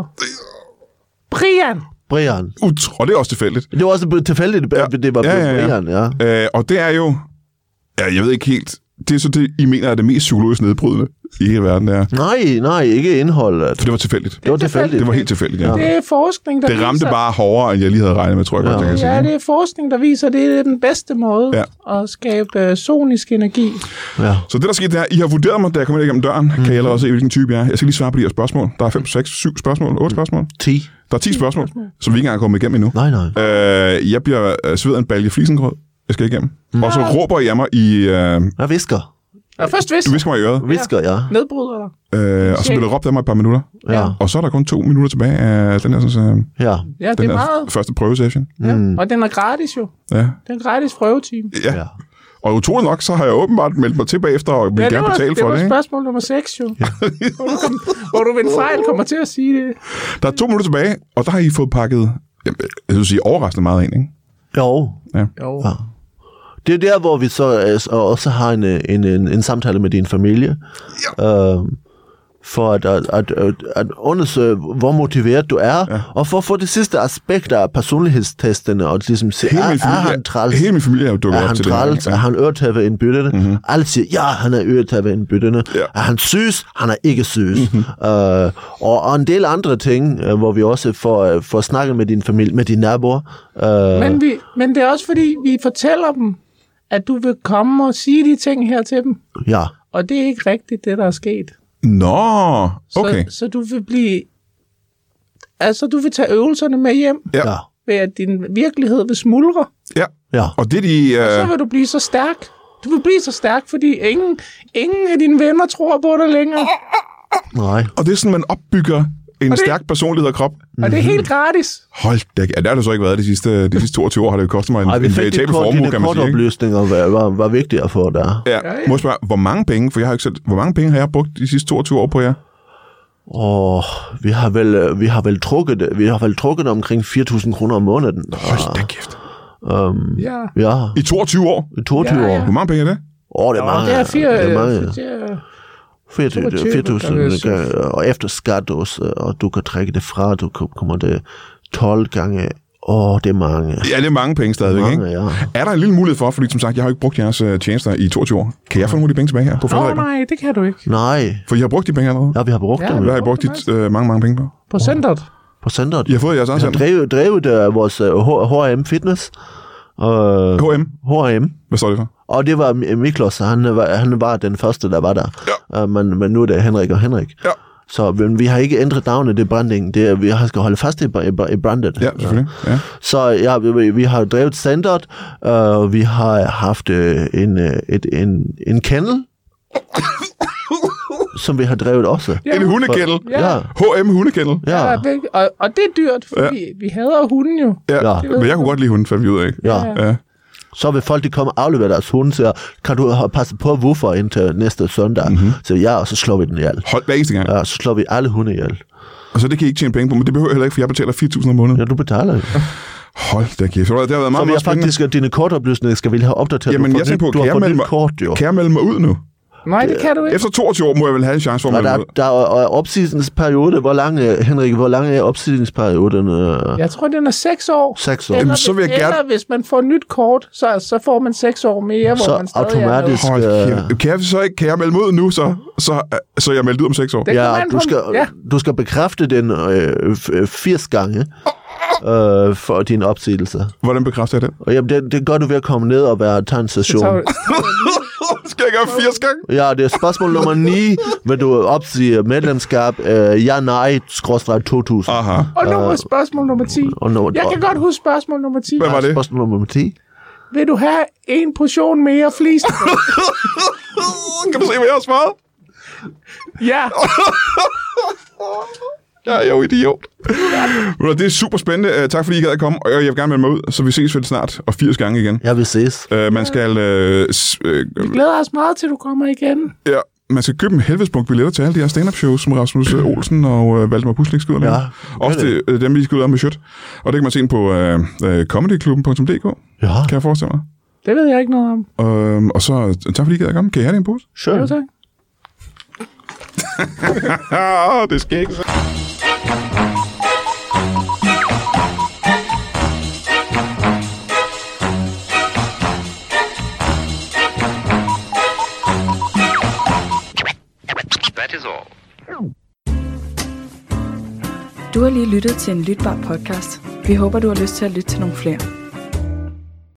Brian. Brian. Ut- og det er også tilfældigt. Det var også tilfældigt, Ja. at det var Ja, ja, ja. Brian, ja. Øh, og det er jo... Ja, jeg ved ikke helt... Det er så det, I mener er det mest psykologisk nedbrydende i hele verden, det er. Nej, nej, ikke indholdet. For det var tilfældigt. Det var tilfældigt. Det var helt tilfældigt, ja. Det er forskning, der Det ramte viser... bare hårdere, end jeg lige havde regnet med, tror jeg godt, Ja. jeg kan sige. Ja, det er forskning, der viser, at det er den bedste måde Ja. at skabe uh, sonisk energi. Ja. Så det, der skete, det er, I har vurderet mig, da jeg kom ind igennem døren. Mm. Kan I allerede se, hvilken type jeg er? Jeg skal lige svare på de her spørgsmål. Der er fem, seks, syv spørgsmål, otte spørgsmål. ti. Der er ti spørgsmål, som vi ikke engang er kommet igennem endnu. Nej, nej. Øh, jeg bliver øh, sved af en balje flisengrød. Jeg skal igennem. Mm. Og så råber I af mig i... Øh, Jeg visker. Ja, først visker. Du visker mig i øret. Visker, ja. Nedbryder dig. Øh, og så bliver du råbt af mig et par minutter. Ja. Og så er der kun to minutter tilbage af den her, sådan, Ja. Ja, det den er her meget. første prøvesession. Ja. Mm. Og den er gratis jo. Ja. Det er en gratis prøvetime. ja. Ja. Og utroligt nok, så har jeg åbenbart meldt mig til bagefter og vil Ja, det gerne var, betale det for var det. Ikke? spørgsmål nummer seks jo. Ja. hvor, du kom, hvor du ved en fejl kommer til at sige det. Der er to minutter tilbage, og der har I fået pakket, jeg vil sige, overraskende meget ind, ikke? Jo. Ja. Jo. Ja. Det er der, hvor vi så øh, også har en, en, en, en samtale med din familie. Ja. Øh, for at, at, at, at, at undersøge, hvor motiveret du er, ja. Og for at få det sidste aspekt af personlighedstestene, og ligesom se, Hele er, min er familie, han træls? hele min familie er jo dukket Er op han til det her. træls? ikke? Er han øretæveindbyttende? Mm-hmm. Alle siger, ja, han er øretæveindbyttende. Ja. Er han sys? Han er ikke sys. Mm-hmm. Uh, og, og en del andre ting, uh, hvor vi også får, uh, får snakket med din familie, med dine naboer. Uh, Men, vi, men det er også fordi, vi fortæller dem, at du vil komme og sige de ting her til dem. ja. Og det er ikke rigtigt, det der er sket. Nå, okay. Så, så du vil blive... Altså, du vil tage øvelserne med hjem, Ja. Ja. ved at din virkelighed vil smuldre. Ja. Ja. Og det de... Så Øh, vil du blive så stærk. Du vil blive så stærk, fordi ingen, ingen af dine venner tror på dig længere. Nej. og det er sådan, man opbygger en det- stærk personlighed og krop. Og det er helt gratis. Hold da, ja, der har det så ikke været de sidste, de sidste toogtyve år, har det jo kostet mig en, Ej, vi en fik veritabel de kort, formue, dine kan man sige. Ikke? kortoplysninger var, var, var vigtige at få der. Ja, Ja, ja. må jeg spørge, hvor mange penge, for jeg har ikke selv, hvor mange penge har jeg brugt de sidste toogtyve år på jer? Og vi har vel, vi har vel trukket, vi har vel trukket omkring fire tusind kroner om måneden. Hold da kæft. Um, Ja. ja, I toogtyve år? i toogtyve Ja, ja. år. Hvor mange penge er det? Åh, det er mange. Det er fire... Det er mange. Det er, fire tusind, fire tusind, toogtyve, og efter skat også, og du kan trække det fra, du kan- kommer det tolv gange. Åh, det er mange. Ja, det er mange penge stadigvæk, Mange, ikke? ja. Er der en lille mulighed for, fordi som sagt, jeg har jo ikke brugt jeres uh, tjenester i toogtyve år. Kan jeg få nogle af de penge tilbage her på Nå, faldrebet? nej, det kan du ikke. Nej, For I har brugt de penge allerede? ja, vi har brugt Ja, dem Hvad har I brugt de uh, mange, mange penge på? På centret. på centret. I har fået jeres Vi eget har center? drevet, drevet uh, vores uh, H og M Fitness. Uh, H M? H og M. Hvad står det for? Og det var Miklos, han var, han var den første, der var der. Ja. Uh, men, men nu er det Henrik og Henrik. Ja. Så men vi har ikke ændret navnet, det er branding. Det er, vi har skal holde fast i, i, i brandet. Ja, selvfølgelig. Ja. Så ja, vi, vi har drevet centret, uh, vi har haft uh, en, uh, et, en, en kennel, som vi har drevet også. Ja. En hundekendel. Ja. Ja, H M hundekendel. ja, Ja, det, og, og det er dyrt, fordi ja. vi hader hunden jo. Ja. Ja. Men jeg kunne godt lide hunden, fandt vi ud af. Ikke? ja. Ja. Ja. Så vil folk, de kommer og aflevere deres hunde, så kan du have passet på hvorfor indtil næste søndag? Mm-hmm. Så ja, og så slår vi den ihjel. Hold hver eneste gang. Ja, så slår vi alle hunde ihjel. Og så det kan I ikke tjene penge på, men det behøver jeg heller ikke, for jeg betaler fire tusind om måneden. Ja, du betaler jo. Hold da kæft. Så det har været Så meget, vi meget har spændende. faktisk, at dine kortoplysninger skal vi have opdateret. Jamen, du jeg tænker på, du kan har jeg, fået melde nyt mig, kort, jo. kan jeg melde mig ud nu? Nej, det kan du ikke. Efter toogtyve år må jeg vel have en chance for at Og melde der, mig ud. der er opsigelsesperiode. Hvor lang er, Henrik, hvor lang er opsigelsesperioden? Øh, Jeg tror, den er seks år. Seks år. Eller, Jamen, så vil jeg eller gerne- hvis man får nyt kort, så, så får man seks år mere, hvor Så man stadig automatisk- er med. Hold øh, kæft. Kan jeg så ikke, kan jeg melde mig ud nu, så, så, så er jeg meldt ud om seks år? Det kommer Ja, an du på- skal, ja. du skal bekræfte den øh, f- firs gange øh, for din opsigelse. Hvordan bekræfter jeg det? Og jamen, det, det gør du ved at komme ned og være tage en session. Så, Skal jeg gøre firs gange? Ja, det er spørgsmål nummer ni. Vil du opsige medlemskab? Øh, ja, nej, skråstreg to tusind. Aha. og nu er spørgsmål nummer ti. Og nu, Jeg kan godt huske spørgsmål nummer ti. Hvad var det? Spørgsmål nummer ti. Vil du have en portion mere flis? Kan du se, hvad jeg har svaret? Ja. Ja, jeg er jo idiot. Det er super spændende. Uh, tak fordi I gad at komme, og jeg vil gerne melde mig ud, så vi ses vel snart, og firs gange igen. Ja, vi ses. Uh, man skal... Uh, s- uh, Vi glæder os meget til, du kommer igen. ja, man skal købe en helvedesbunk billetter til alle de her stand-up shows, som Rasmus uh, Olsen og uh, Valdemar Puslik skal ud med. Ja, Også det det, uh, dem, vi skal ud af med shit. Og det kan man se ind på uh, uh, comedyklubben punktum d k, Ja, kan jeg forestille mig. Det ved jeg ikke noget om. Uh, og så uh, tak fordi I gad at komme. Kan jeg have det i en pose? sure. Jo, tak. Ah, det skal ikke. That is all. Du har lige lyttet til en lytbar podcast. Vi håber, du har lyst til at lytte til nogle flere.